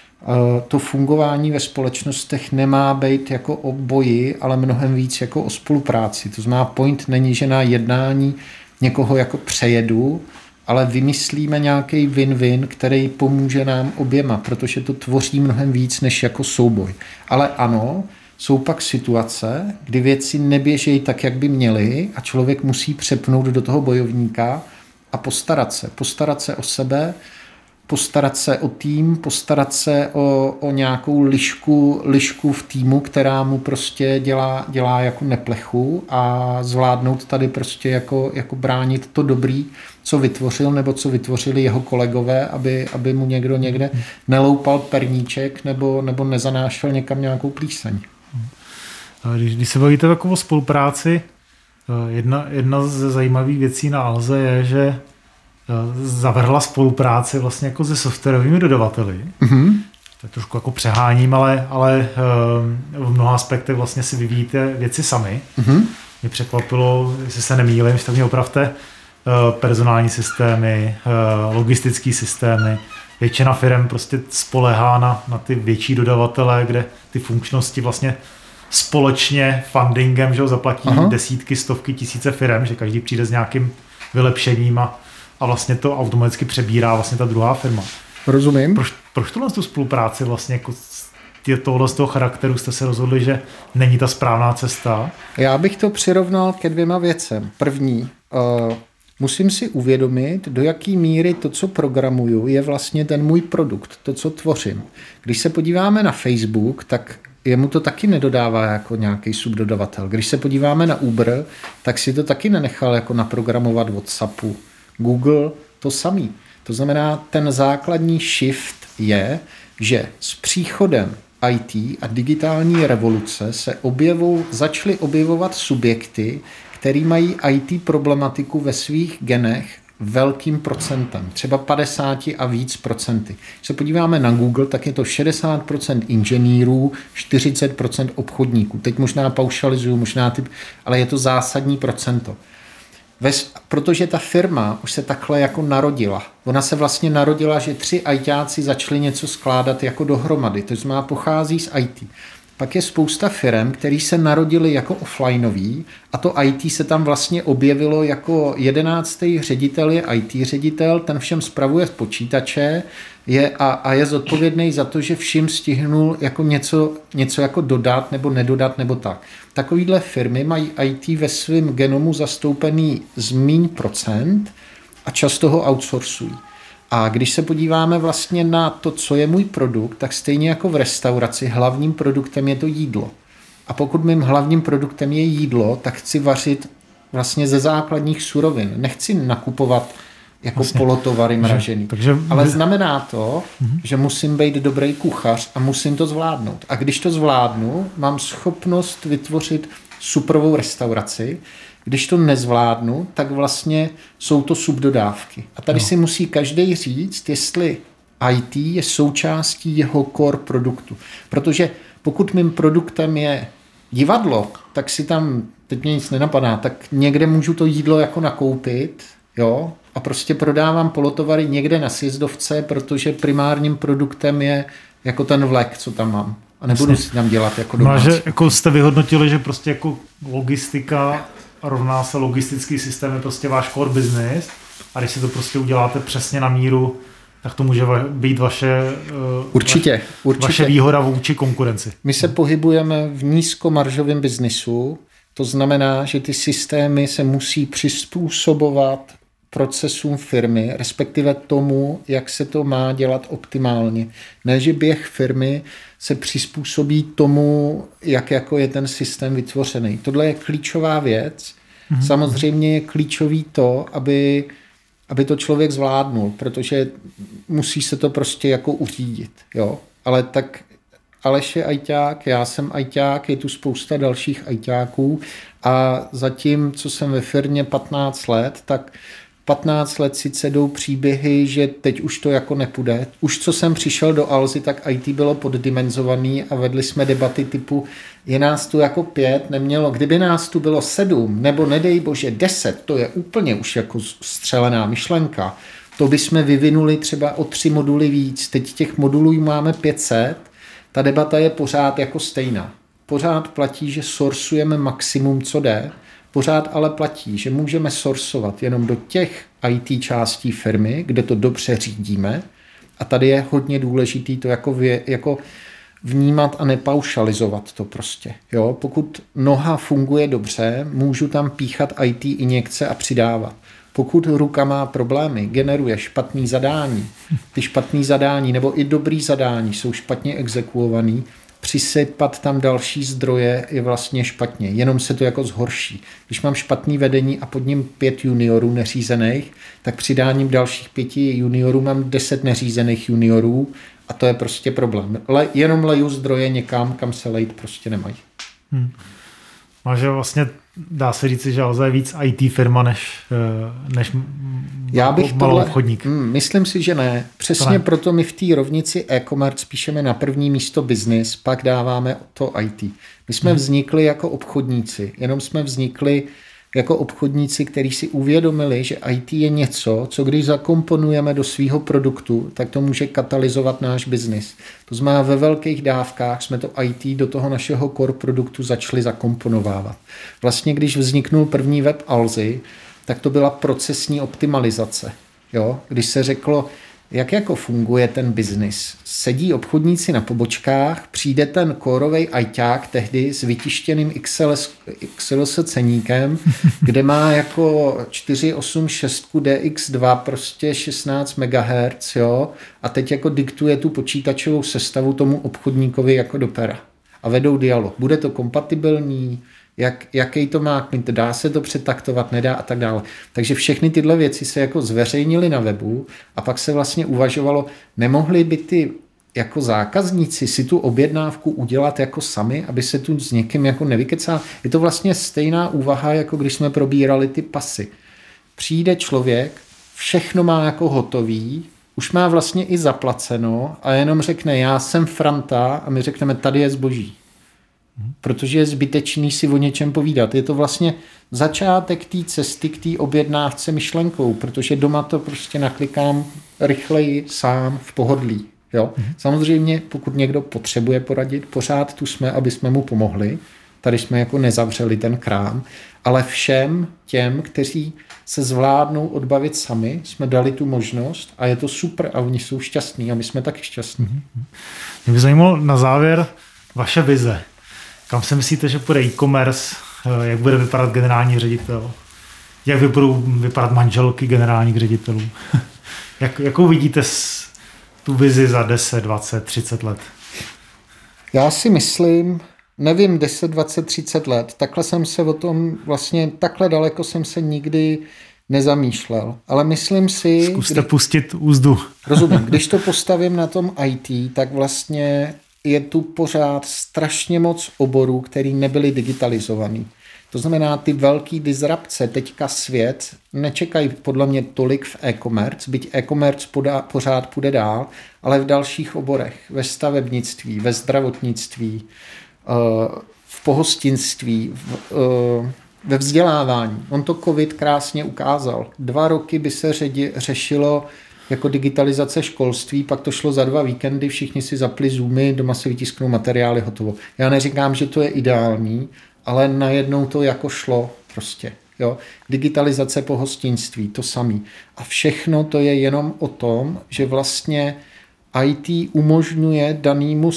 to fungování ve společnostech nemá být jako o boji, ale mnohem víc jako o spolupráci. To znamená, point není, že na jednání někoho jako přejedu, ale vymyslíme nějaký win-win, který pomůže nám oběma, protože to tvoří mnohem víc než jako souboj. Ale ano, jsou pak situace, kdy věci neběžejí tak, jak by měly a člověk musí přepnout do toho bojovníka a postarat se o sebe, postarat se o tým, postarat se o nějakou lišku v týmu, která mu prostě dělá jako neplechu a zvládnout tady prostě jako bránit to dobrý, co vytvořil nebo co vytvořili jeho kolegové, aby mu někdo někde neloupal perníček nebo nezanášel někam nějakou plíseň. Když se bavíte o spolupráci, jedna ze zajímavých věcí na Alze je, že zavrhla spolupráci vlastně jako se softwarovými dodavateli. To je trošku jako přeháním, ale v mnoha aspektech vlastně si vyvíjíte věci sami. Mě překvapilo, jestli se nemýlím, že tak mě opravte, personální systémy, logistické systémy. Většina firem prostě spolehá na ty větší dodavatele, kde ty funkčnosti vlastně společně fundingem, že ho zaplatí desítky, stovky, tisíce firem, že každý přijde s nějakým vylepšením a vlastně to automaticky přebírá vlastně ta druhá firma. Rozumím. Proč tohle tu spolupráci vlastně jako tohle z toho charakteru jste se rozhodli, že není ta správná cesta? Já bych to přirovnal ke 2 věcem. První, musím si uvědomit, do jaký míry to, co programuju, je vlastně ten můj produkt, to, co tvořím. Když se podíváme na Facebook, tak jemu to taky nedodává jako nějaký subdodavatel. Když se podíváme na Uber, tak si to taky nenechal jako naprogramovat WhatsAppu. Google to samý. To znamená, ten základní shift je, že s příchodem IT a digitální revoluce se začaly objevovat subjekty, který mají IT problematiku ve svých genech velkým procentem, třeba 50 a víc procenty. Když se podíváme na Google, tak je to 60% inženýrů, 40% obchodníků. Teď možná paušalizuju, ale je to zásadní procento. Protože ta firma už se takhle jako narodila. Ona se vlastně narodila, že 3 ITáci začali něco skládat jako dohromady. To znamená, pochází z IT. Pak je spousta firem, který se narodili jako offlineový a to IT se tam vlastně objevilo jako 11. ředitel je IT ředitel, ten všem spravuje počítače a je zodpovědný za to, že všim stihnul jako něco jako dodat nebo nedodat nebo tak. Takovýhle firmy mají IT ve svém genomu zastoupený z míň procent a často ho outsourcují. A když se podíváme vlastně na to, co je můj produkt, tak stejně jako v restauraci hlavním produktem je to jídlo. A pokud mým hlavním produktem je jídlo, tak chci vařit vlastně ze základních surovin. Nechci nakupovat jako vlastně polotovary mražený. Ale znamená to, že musím být dobrý kuchař a musím to zvládnout. A když to zvládnu, mám schopnost vytvořit superovou restauraci. Když to nezvládnu, tak vlastně jsou to subdodávky. A tady si musí každý říct, jestli IT je součástí jeho core produktu. Protože pokud mým produktem je divadlo, tak si tam, teď mě nic nenapadá, tak někde můžu to jídlo jako nakoupit, jo, a prostě prodávám polotovary někde na sjezdovce, protože primárním produktem je jako ten vlek, co tam mám. A nebudu si tam dělat jako domácí. No, že jako jste vyhodnotili, že prostě jako logistika rovná se logistický systém, je prostě váš core business a když si to prostě uděláte přesně na míru, tak to může být vaše výhoda vůči konkurenci. My se pohybujeme v nízkomaržovém biznisu, to znamená, že ty systémy se musí přizpůsobovat procesům firmy, respektive tomu, jak se to má dělat optimálně. Ne, že běh firmy se přizpůsobí tomu, jak jako je ten systém vytvořený. Tohle je klíčová věc. Samozřejmě je klíčový to, aby to člověk zvládnul, protože musí se to prostě jako uřídit. Jo? Ale tak Aleš je ajťák, já jsem ajťák, je tu spousta dalších ajťáků a zatím, co jsem ve firmě 15 let, tak 15 let sice jdou příběhy, že teď už to jako nepůjde. Už co jsem přišel do Alzy, tak IT bylo poddimenzovaný a vedli jsme debaty typu, je nás tu jako 5, nemělo, kdyby nás tu bylo 7, nebo nedej bože 10, to je úplně už jako střelená myšlenka. To bychom vyvinuli třeba o 3 moduly víc. Teď těch modulů máme 500, ta debata je pořád jako stejná. Pořád platí, že sourcujeme maximum, co jde, pořád ale platí, že můžeme sourcovat jenom do těch IT částí firmy, kde to dobře řídíme. A tady je hodně důležitý to jako vnímat a nepaušalizovat to prostě. Jo? Pokud noha funguje dobře, můžu tam píchat IT injekce a přidávat. Pokud ruka má problémy, generuje špatný zadání, ty špatný zadání nebo i dobrý zadání jsou špatně exekuovaný, přisypat tam další zdroje je vlastně špatně, jenom se to jako zhorší. Když mám špatný vedení a pod ním 5 juniorů neřízených, tak přidáním dalších 5 juniorů mám 10 neřízených juniorů a to je prostě problém. Jenom leju zdroje někam, kam se lejt prostě nemají. Takže vlastně dá se říci, že Alza je víc IT firma než malou obchodník. Myslím si, že ne. Přesně proto my v té rovnici e-commerce píšeme na první místo business, pak dáváme to IT. My jsme vznikli jako obchodníci, jenom jsme vznikli jako obchodníci, kteří si uvědomili, že IT je něco, co když zakomponujeme do svého produktu, tak to může katalyzovat náš biznis. To znamená, ve velkých dávkách jsme to IT do toho našeho core produktu začali zakomponovávat. Vlastně, když vzniknul první web Alzy, tak to byla procesní optimalizace. Jo? Když se řeklo, jak jako funguje ten biznis. Sedí obchodníci na pobočkách, přijde ten kórovej ajťák tehdy s vytištěným XLS ceníkem, kde má jako 486 DX2 prostě 16 MHz, jo, a teď jako diktuje tu počítačovou sestavu tomu obchodníkovi jako do pera. A vedou dialog. Bude to kompatibilní, jaký to má klient, dá se to přetaktovat, nedá a tak dále. Takže všechny tyhle věci se jako zveřejnily na webu a pak se vlastně uvažovalo, nemohli by ty jako zákazníci si tu objednávku udělat jako sami, aby se tu s někým jako nevykecá. Je to vlastně stejná úvaha, jako když jsme probírali ty pasy. Přijde člověk, všechno má jako hotový, už má vlastně i zaplaceno a jenom řekne, já jsem Franta a my řekneme, tady je zboží. Protože je zbytečný si o něčem povídat. Je to vlastně začátek té cesty k té objednávce myšlenkou, protože doma to prostě naklikám rychleji sám v pohodlí. Jo? Samozřejmě, pokud někdo potřebuje poradit, pořád tu jsme, aby jsme mu pomohli. Tady jsme jako nezavřeli ten krám, ale všem těm, kteří se zvládnou odbavit sami, jsme dali tu možnost a je to super a oni jsou šťastní a my jsme taky šťastní. Mě by zajímalo na závěr vaše vize. Kam si myslíte, že půjde e-commerce, jak bude vypadat generální ředitel, jak budou vypadat manželky generálních ředitelů? Jakou vidíte tu vizi za 10, 20, 30 let? Já si myslím, nevím, 10, 20, 30 let, takhle jsem se o tom vlastně, takhle daleko jsem se nikdy nezamýšlel, ale myslím si... Zkuste pustit úzdu. Rozumím, když to postavím na tom IT, tak vlastně je tu pořád strašně moc oborů, který nebyly digitalizovaný. To znamená, ty velký disrupce, teďka svět, nečekají podle mě tolik v e-commerce, byť e-commerce pořád půjde dál, ale v dalších oborech, ve stavebnictví, ve zdravotnictví, v pohostinství, ve vzdělávání. On to covid krásně ukázal. 2 roky by se řešilo jako digitalizace školství, pak to šlo za 2 víkendy, všichni si zapli Zoomy, doma si vytisknou materiály, hotovo. Já neříkám, že to je ideální, ale najednou to jako šlo prostě. Jo? Digitalizace pohostinství, to samý. A všechno to je jenom o tom, že vlastně IT umožňuje danému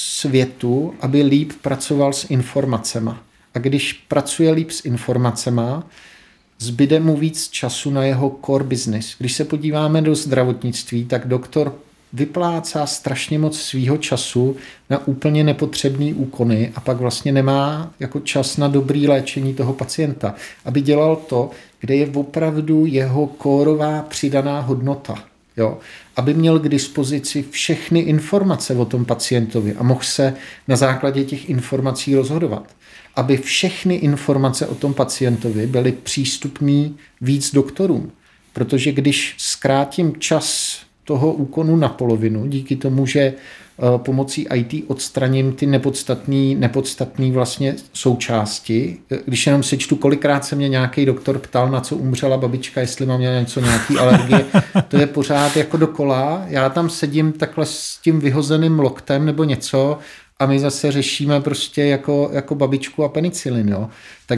světu, aby líp pracoval s informacema. A když pracuje líp s informacema, zbyde mu víc času na jeho core business. Když se podíváme do zdravotnictví, tak doktor vyplácá strašně moc svýho času na úplně nepotřebný úkony a pak vlastně nemá jako čas na dobrý léčení toho pacienta, aby dělal to, kde je opravdu jeho kórová přidaná hodnota. Jo? Aby měl k dispozici všechny informace o tom pacientovi a mohl se na základě těch informací rozhodovat. Aby všechny informace o tom pacientovi byly přístupné víc doktorům. Protože když zkrátím čas toho úkonu na polovinu, díky tomu, že pomocí IT odstraním ty nepodstatné vlastně součásti. Když jenom sečtu, kolikrát se mě nějaký doktor ptal, na co umřela babička, jestli mám nějaký alergie, to je pořád jako dokola. Já tam sedím takhle s tím vyhozeným loktem nebo něco a my zase řešíme prostě jako babičku a penicilin. Jo?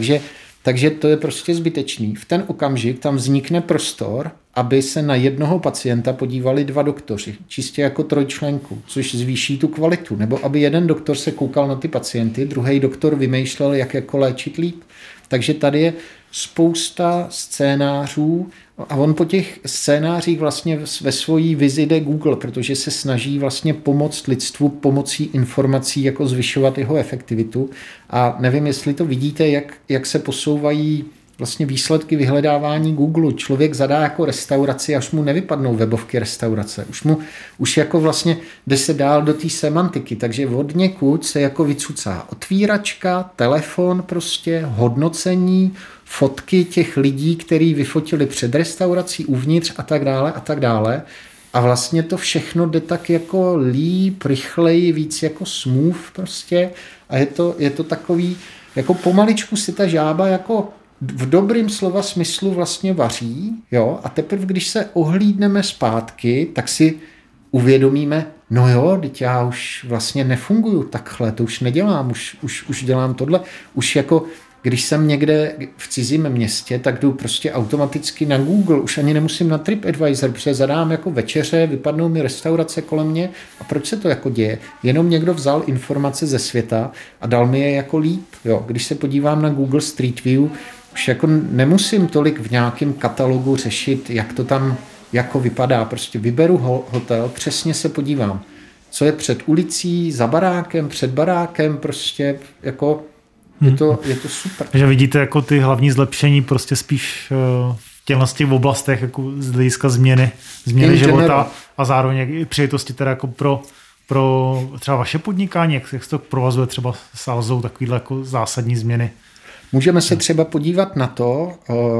Takže to je prostě zbytečný. V ten okamžik tam vznikne prostor, aby se na jednoho pacienta podívali 2 doktoři, čistě jako trojčlenku, což zvýší tu kvalitu. Nebo aby jeden doktor se koukal na ty pacienty, druhý doktor vymýšlel, jak jako léčit líp. Takže tady je spousta scénářů a on po těch scénářích vlastně ve svojí vizi jde Google, protože se snaží vlastně pomoct lidstvu pomocí informací jako zvyšovat jeho efektivitu. A nevím, jestli to vidíte, jak se posouvají vlastně výsledky vyhledávání Google. Člověk zadá jako restauraci, až mu nevypadnou webovky restaurace. Už jako vlastně jde se dál do té semantiky, takže od někud se jako vycucá otvíračka, telefon prostě, hodnocení, fotky těch lidí, který vyfotili před restaurací, uvnitř a tak dále a tak dále. A vlastně to všechno jde tak jako líp, rychleji, víc jako smooth prostě. A je to takový, jako pomaličku si ta žába jako v dobrým slova smyslu vlastně vaří, jo, a teprve, když se ohlídneme zpátky, tak si uvědomíme, no jo, teď já už vlastně nefunguju takhle, to už nedělám, už dělám tohle, už jako Když jsem někde v cizím městě, tak jdu prostě automaticky na Google, už ani nemusím na TripAdvisor, protože zadám jako večeře, vypadnou mi restaurace kolem mě a proč se to jako děje? Jenom někdo vzal informace ze světa a dal mi je jako líp. Jo. Když se podívám na Google Street View, už jako nemusím tolik v nějakém katalogu řešit, jak to tam jako vypadá. Prostě vyberu hotel, přesně se podívám, co je před ulicí, za barákem, před barákem, prostě jako je to super. Takže vidíte jako ty hlavní zlepšení prostě spíš v těch oblastech jako z hlediska změny života a zároveň i přijetosti teda jako pro třeba vaše podnikání, jak se to provazuje třeba s Alzou, takovýhle jako zásadní změny. Můžeme se třeba podívat na to,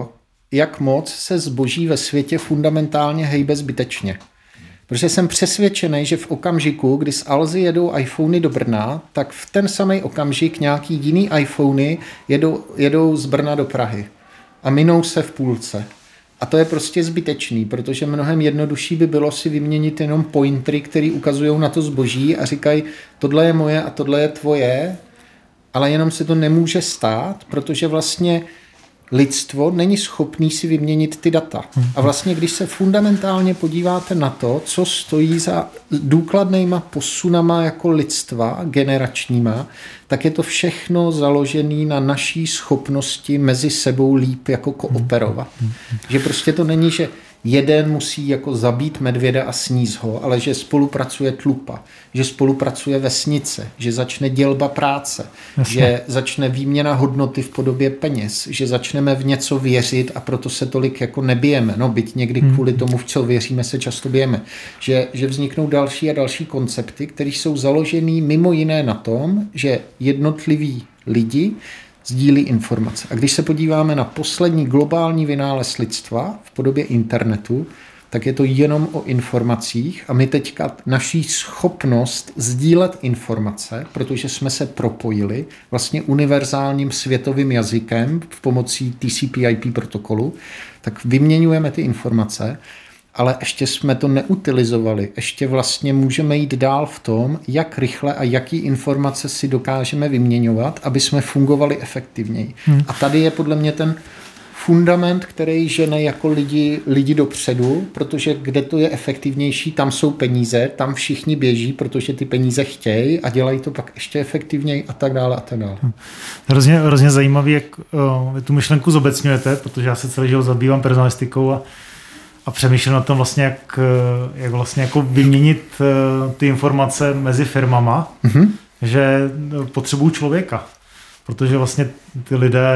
jak moc se zboží ve světě fundamentálně hejbe zbytečně. Protože jsem přesvědčený, že v okamžiku, kdy z Alzy jedou iPhony do Brna, tak v ten samý okamžik nějaký jiný iPhony jedou z Brna do Prahy a minou se v půlce. A to je prostě zbytečný, protože mnohem jednodušší by bylo si vyměnit jenom pointery, který ukazují na to zboží a říkají, tohle je moje a tohle je tvoje, ale jenom se to nemůže stát, protože vlastně lidstvo není schopný si vyměnit ty data. A vlastně, když se fundamentálně podíváte na to, co stojí za důkladnýma posunama jako lidstva, generačníma, tak je to všechno založené na naší schopnosti mezi sebou líp jako kooperovat. Že prostě to není, že jeden musí jako zabít medvěda a sníst ho, ale že spolupracuje tlupa, že spolupracuje vesnice, že začne dělba práce, že začne výměna hodnoty v podobě peněz, že začneme v něco věřit a proto se tolik jako nebijeme. No, byť někdy kvůli tomu, v co věříme, se často bijeme. Že vzniknou další a další koncepty, které jsou založený mimo jiné na tom, že jednotliví lidi sdílí informace. A když se podíváme na poslední globální vynález lidstva v podobě internetu, tak je to jenom o informacích a my teďka naší schopnost sdílet informace, protože jsme se propojili vlastně univerzálním světovým jazykem v pomocí TCP/IP protokolu, tak vyměňujeme ty informace, ale ještě jsme to neutilizovali. Ještě vlastně můžeme jít dál v tom, jak rychle a jaký informace si dokážeme vyměňovat, aby jsme fungovali efektivněji. A tady je podle mě ten fundament, který žene jako lidi dopředu, protože kde to je efektivnější, tam jsou peníze, tam všichni běží, protože ty peníze chtějí a dělají to pak ještě efektivněji a tak dále a tak dále. Hrozně zajímavý, jak tu myšlenku zobecňujete, protože já se celý život zabývám personalistikou a přemýšlím o tom vlastně, jak vlastně jako vyměnit ty informace mezi firmama, že potřebují člověka. Protože vlastně ty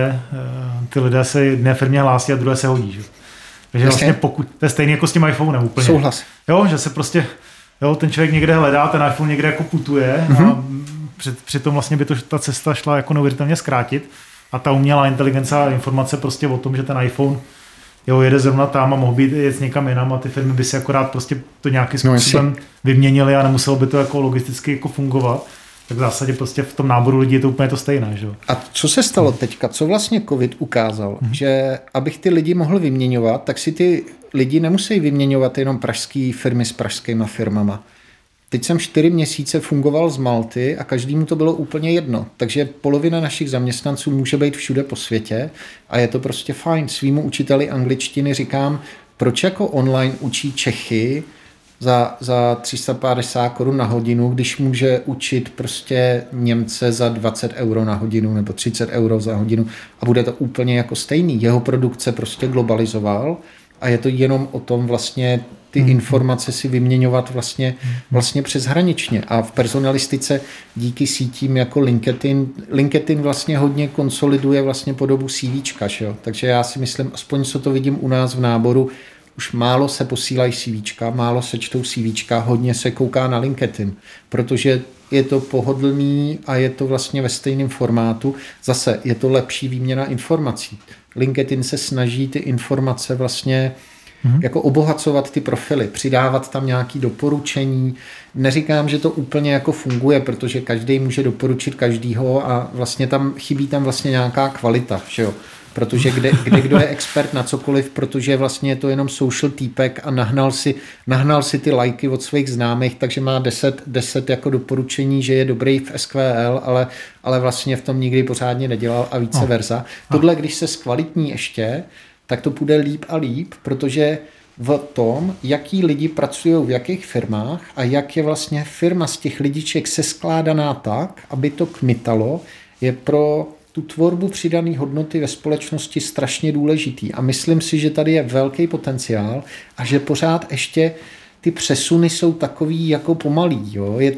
lidé se jedné firmě hlásí a druhé se hodí. Že? Takže vlastně pokud, to je stejný jako s tím iPhonem úplně. Souhlas. Jo, že se prostě, ten člověk někde hledá, ten iPhone někde jako putuje a přitom vlastně by ta cesta šla jako neuvěřitelně zkrátit a ta umělá inteligence a informace prostě o tom, že ten iPhone jede zrovna tam a mohl být jet někam jinam a ty firmy by si akorát prostě to nějakým způsobem vyměnili a nemuselo by to jako logisticky jako fungovat. Tak v zásadě prostě v tom náboru lidí je to úplně to stejné. Že? A co se stalo teďka? Co vlastně COVID ukázal? Že abych ty lidi mohl vyměňovat, tak si ty lidi nemusí vyměňovat jenom pražské firmy s pražskýma firmama. Teď jsem 4 měsíce fungoval z Malty a každému to bylo úplně jedno. Takže polovina našich zaměstnanců může být všude po světě a je to prostě fajn. Svýmu učiteli angličtiny říkám, proč jako online učí Čechy za 350 korun na hodinu, když může učit prostě Němce za 20 euro na hodinu nebo 30 euro za hodinu a bude to úplně jako stejný. Jeho produkce prostě globalizoval a je to jenom o tom vlastně ty informace si vyměňovat vlastně přeshraničně. A v personalistice díky sítím jako LinkedIn vlastně hodně konsoliduje vlastně podobu CVčka. Že? Takže já si myslím, aspoň co to vidím u nás v náboru, už málo se posílají CVčka, málo se čtou CVčka, hodně se kouká na LinkedIn, protože je to pohodlný a je to vlastně ve stejném formátu. Zase je to lepší výměna informací. LinkedIn se snaží ty informace vlastně jako obohacovat ty profily, přidávat tam nějaké doporučení. Neříkám, že to úplně jako funguje, protože každý může doporučit každýho a vlastně tam chybí tam vlastně nějaká kvalita. Že jo? protože kdo je expert na cokoliv, protože vlastně je to jenom social týpek a nahnal si ty lajky od svých známých, takže má 10 jako doporučení, že je dobrý v SQL, ale vlastně v tom nikdy pořádně nedělal a vice versa. Tohle, když se zkvalitní ještě, tak to půjde líp a líp, protože v tom, jaký lidi pracují v jakých firmách a jak je vlastně firma z těch lidiček seskládaná tak, aby to kmitalo, je pro tu tvorbu přidané hodnoty ve společnosti strašně důležitý. A myslím si, že tady je velký potenciál a že pořád ještě ty přesuny jsou takový jako pomalý. Jo? Je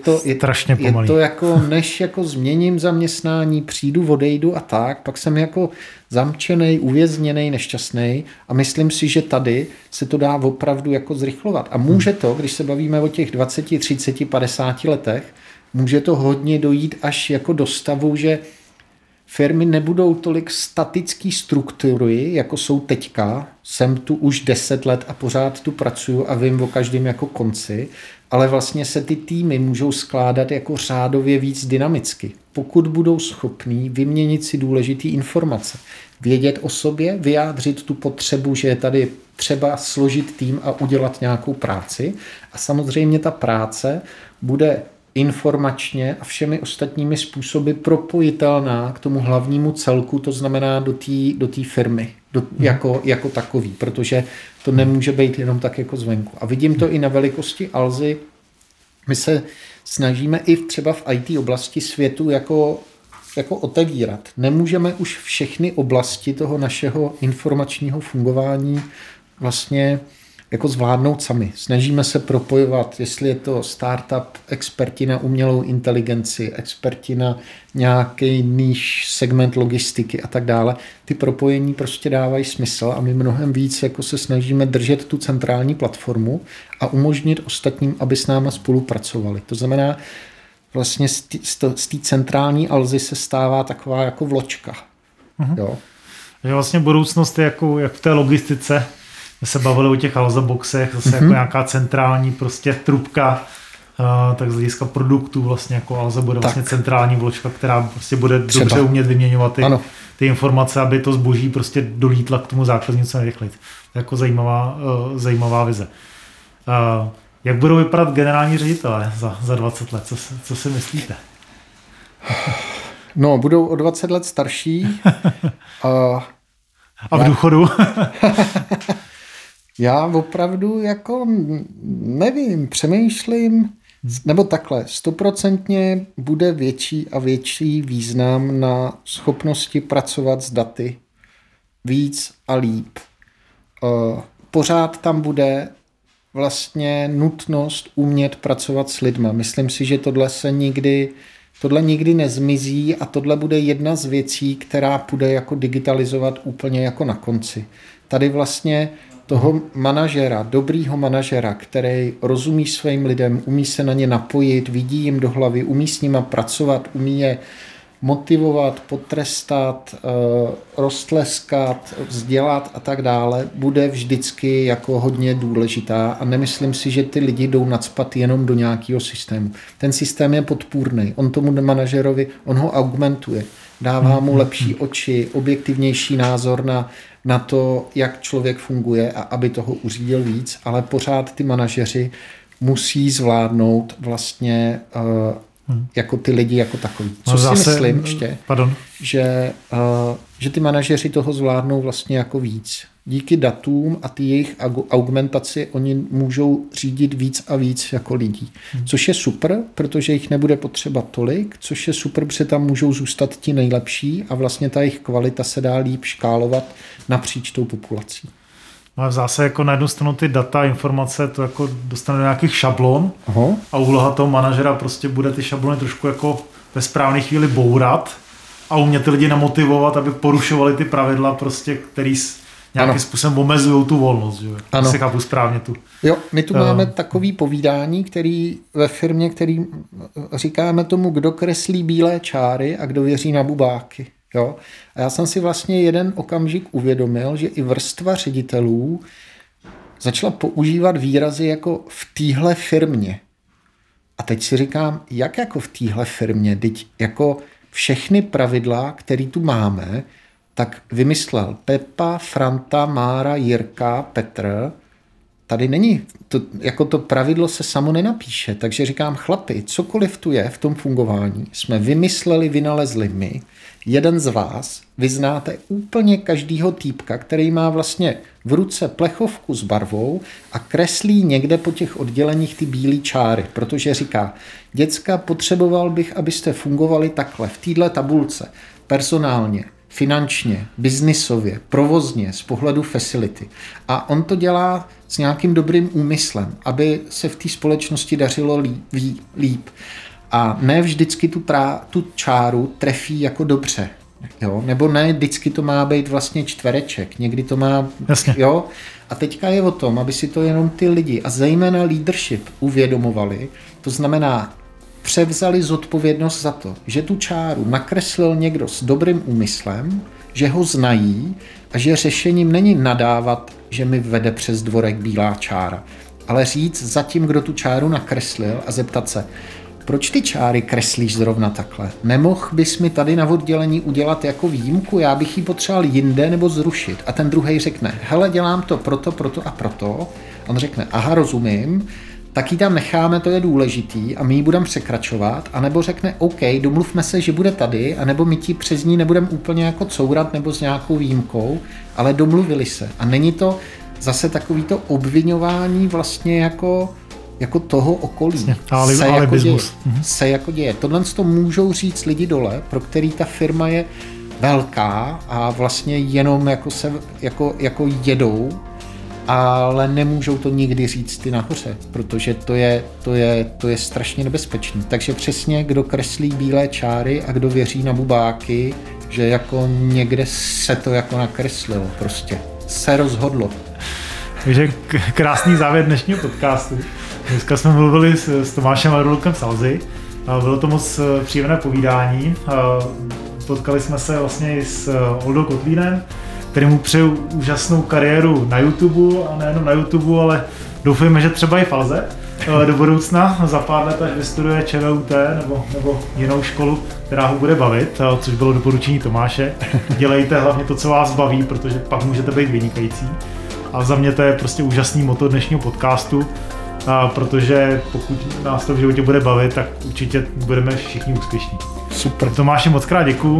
to jako, než jako změním zaměstnání, přijdu, odejdu a tak, pak jsem jako zamčenej, uvězněnej, nešťastnej a myslím si, že tady se to dá opravdu jako zrychlovat. A může to, když se bavíme o těch 20, 30, 50 letech, může to hodně dojít až jako do stavu, že firmy nebudou tolik statický struktury, jako jsou teďka. Jsem tu už 10 let a pořád tu pracuju a vím o každém jako konci, ale vlastně se ty týmy můžou skládat jako řádově víc dynamicky. Pokud budou schopní vyměnit si důležité informace, vědět o sobě, vyjádřit tu potřebu, že je tady třeba složit tým a udělat nějakou práci. A samozřejmě ta práce bude informačně a všemi ostatními způsoby propojitelná k tomu hlavnímu celku, to znamená do té firmy, jako takový, protože to nemůže být jenom tak jako zvenku. A vidím to i na velikosti Alzy. My se snažíme i třeba v IT oblasti světu jako otevírat. Nemůžeme už všechny oblasti toho našeho informačního fungování vlastně jako zvládnout sami. Snažíme se propojovat, jestli je to startup, experti na umělou inteligenci, experti na nějaký níž segment logistiky a tak dále. Ty propojení prostě dávají smysl a my mnohem víc jako se snažíme držet tu centrální platformu a umožnit ostatním, aby s náma spolupracovali. To znamená, vlastně z té centrální Alzy se stává taková jako vločka. Jo. Takže vlastně budoucnost je jako jak v té logistice. My se bavili o těch Alza boxech, zase jako nějaká centrální prostě trubka, tak z hlediska produktů vlastně jako Alza bude vlastně centrální vločka, která prostě bude dobře umět vyměňovat ty informace, aby to zboží prostě dolítla k tomu zákazníku co nejrychleji. To je jako zajímavá vize. Jak budou vypadat generální ředitelé za 20 let? Co si myslíte? No, budou o 20 let starší. A v důchodu? Já opravdu jako nevím, přemýšlím, nebo takhle, 100% bude větší a větší význam na schopnosti pracovat s daty víc a líp. Pořád tam bude vlastně nutnost umět pracovat s lidma. Myslím si, že tohle nikdy nezmizí a tohle bude jedna z věcí, která půjde jako digitalizovat úplně jako na konci. Tady vlastně toho manažera, dobrýho manažera, který rozumí svým lidem, umí se na ně napojit, vidí jim do hlavy, umí s nima pracovat, umí je motivovat, potrestat, roztleskat, vzdělat a tak dále, bude vždycky jako hodně důležitá a nemyslím si, že ty lidi jdou nacpat jenom do nějakého systému. Ten systém je podpůrný, on tomu manažerovi, on ho augmentuje, dává mu lepší oči, objektivnější názor na to, jak člověk funguje a aby toho uřídil víc, ale pořád ty manažeři musí zvládnout vlastně jako ty lidi jako takový. Co si myslím ještě, že ty manažeři toho zvládnou vlastně jako víc. Díky datům a ty jejich augmentaci oni můžou řídit víc a víc jako lidí. Což je super, protože jich nebude potřeba tolik, což je super, protože tam můžou zůstat ti nejlepší a vlastně ta jejich kvalita se dá líp škálovat napříč tou populací. No a v zásadě jako na jednu stranu ty data, informace, to jako dostane do nějakých šablon a úloha toho manažera prostě bude ty šablony trošku jako ve správné chvíli bourat a umět ty lidi namotivovat, aby porušovali ty pravidla prostě, který nějakým způsobem omezují tu volnost. Že? Ano. Si chápu správně tu. Jo, my tu máme takový povídání, který ve firmě, který říkáme tomu, kdo kreslí bílé čáry a kdo věří na bubáky. Jo? A já jsem si vlastně jeden okamžik uvědomil, že i vrstva ředitelů začala používat výrazy jako v téhle firmě. A teď si říkám, jak jako v téhle firmě, teď jako všechny pravidla, které tu máme, tak vymyslel Pepa, Franta, Mára, Jirka, Petr. Tady není, to pravidlo se samo nenapíše, takže říkám, chlapi, cokoliv tu je v tom fungování, jsme vymysleli, vynalezli my. Jeden z vás, vy znáte úplně každýho týpka, který má vlastně v ruce plechovku s barvou a kreslí někde po těch odděleních ty bílé čáry, protože říká, děcka, potřeboval bych, abyste fungovali takhle, v téhle tabulce, personálně, finančně, biznisově, provozně, z pohledu facility. A on to dělá s nějakým dobrým úmyslem, aby se v té společnosti dařilo líp. A ne vždycky tu čáru trefí jako dobře. Jo? Nebo ne vždycky to má být vlastně čtvereček. Někdy to má... Jasně. Jo? A teďka je o tom, aby si to jenom ty lidi a zejména leadership uvědomovali. To znamená, převzali zodpovědnost za to, že tu čáru nakreslil někdo s dobrým úmyslem, že ho znají a že řešením není nadávat, že mi vede přes dvorek bílá čára, ale říct za tím, kdo tu čáru nakreslil a zeptat se, proč ty čáry kreslíš zrovna takhle? Nemohl bys mi tady na oddělení udělat jako výjimku? Já bych ji potřeboval jinde nebo zrušit. A ten druhej řekne, hele, dělám to proto a proto. On řekne, aha, rozumím, tak ji tam necháme, to je důležitý a my ji budeme překračovat, anebo řekne, OK, domluvme se, že bude tady, anebo my ti přes ní nebudeme úplně jako courat nebo s nějakou výjimkou, ale domluvili se. A není to zase takovýto obviňování vlastně jako toho okolí. Se jako děje. Tohle to můžou říct lidi dole, pro který ta firma je velká a vlastně jenom jako jedou, ale nemůžou to nikdy říct ty nahoře, protože to je strašně nebezpečný. Takže přesně, kdo kreslí bílé čáry a kdo věří na bubáky, že jako někde se to jako nakreslilo, prostě se rozhodlo. Takže krásný závěr dnešního podcastu. Dneska jsme mluvili s Tomášem Adolkem Salzy. Bylo to moc příjemné povídání. Potkali jsme se vlastně i s Oldou Kotlínem, kterému přeju úžasnou kariéru na YouTube a nejenom na YouTube, ale doufejme, že třeba i v Alze do budoucna, za pár let, až vystuduje ČVUT nebo jinou školu, která ho bude bavit, což bylo doporučení Tomáše. Dělejte hlavně to, co vás baví, protože pak můžete být vynikající. A za mě to je prostě úžasný motto dnešního podcastu, protože pokud nás to v životě bude bavit, tak určitě budeme všichni úspěšní. Super. Tomáši, moc krát děkuju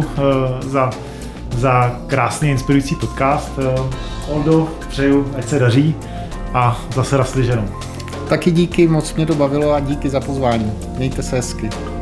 za krásný inspirující podcast. Oldo, přeju, ať se daří a zase naslyšenou. Taky díky, moc mě to bavilo a díky za pozvání. Mějte se hezky.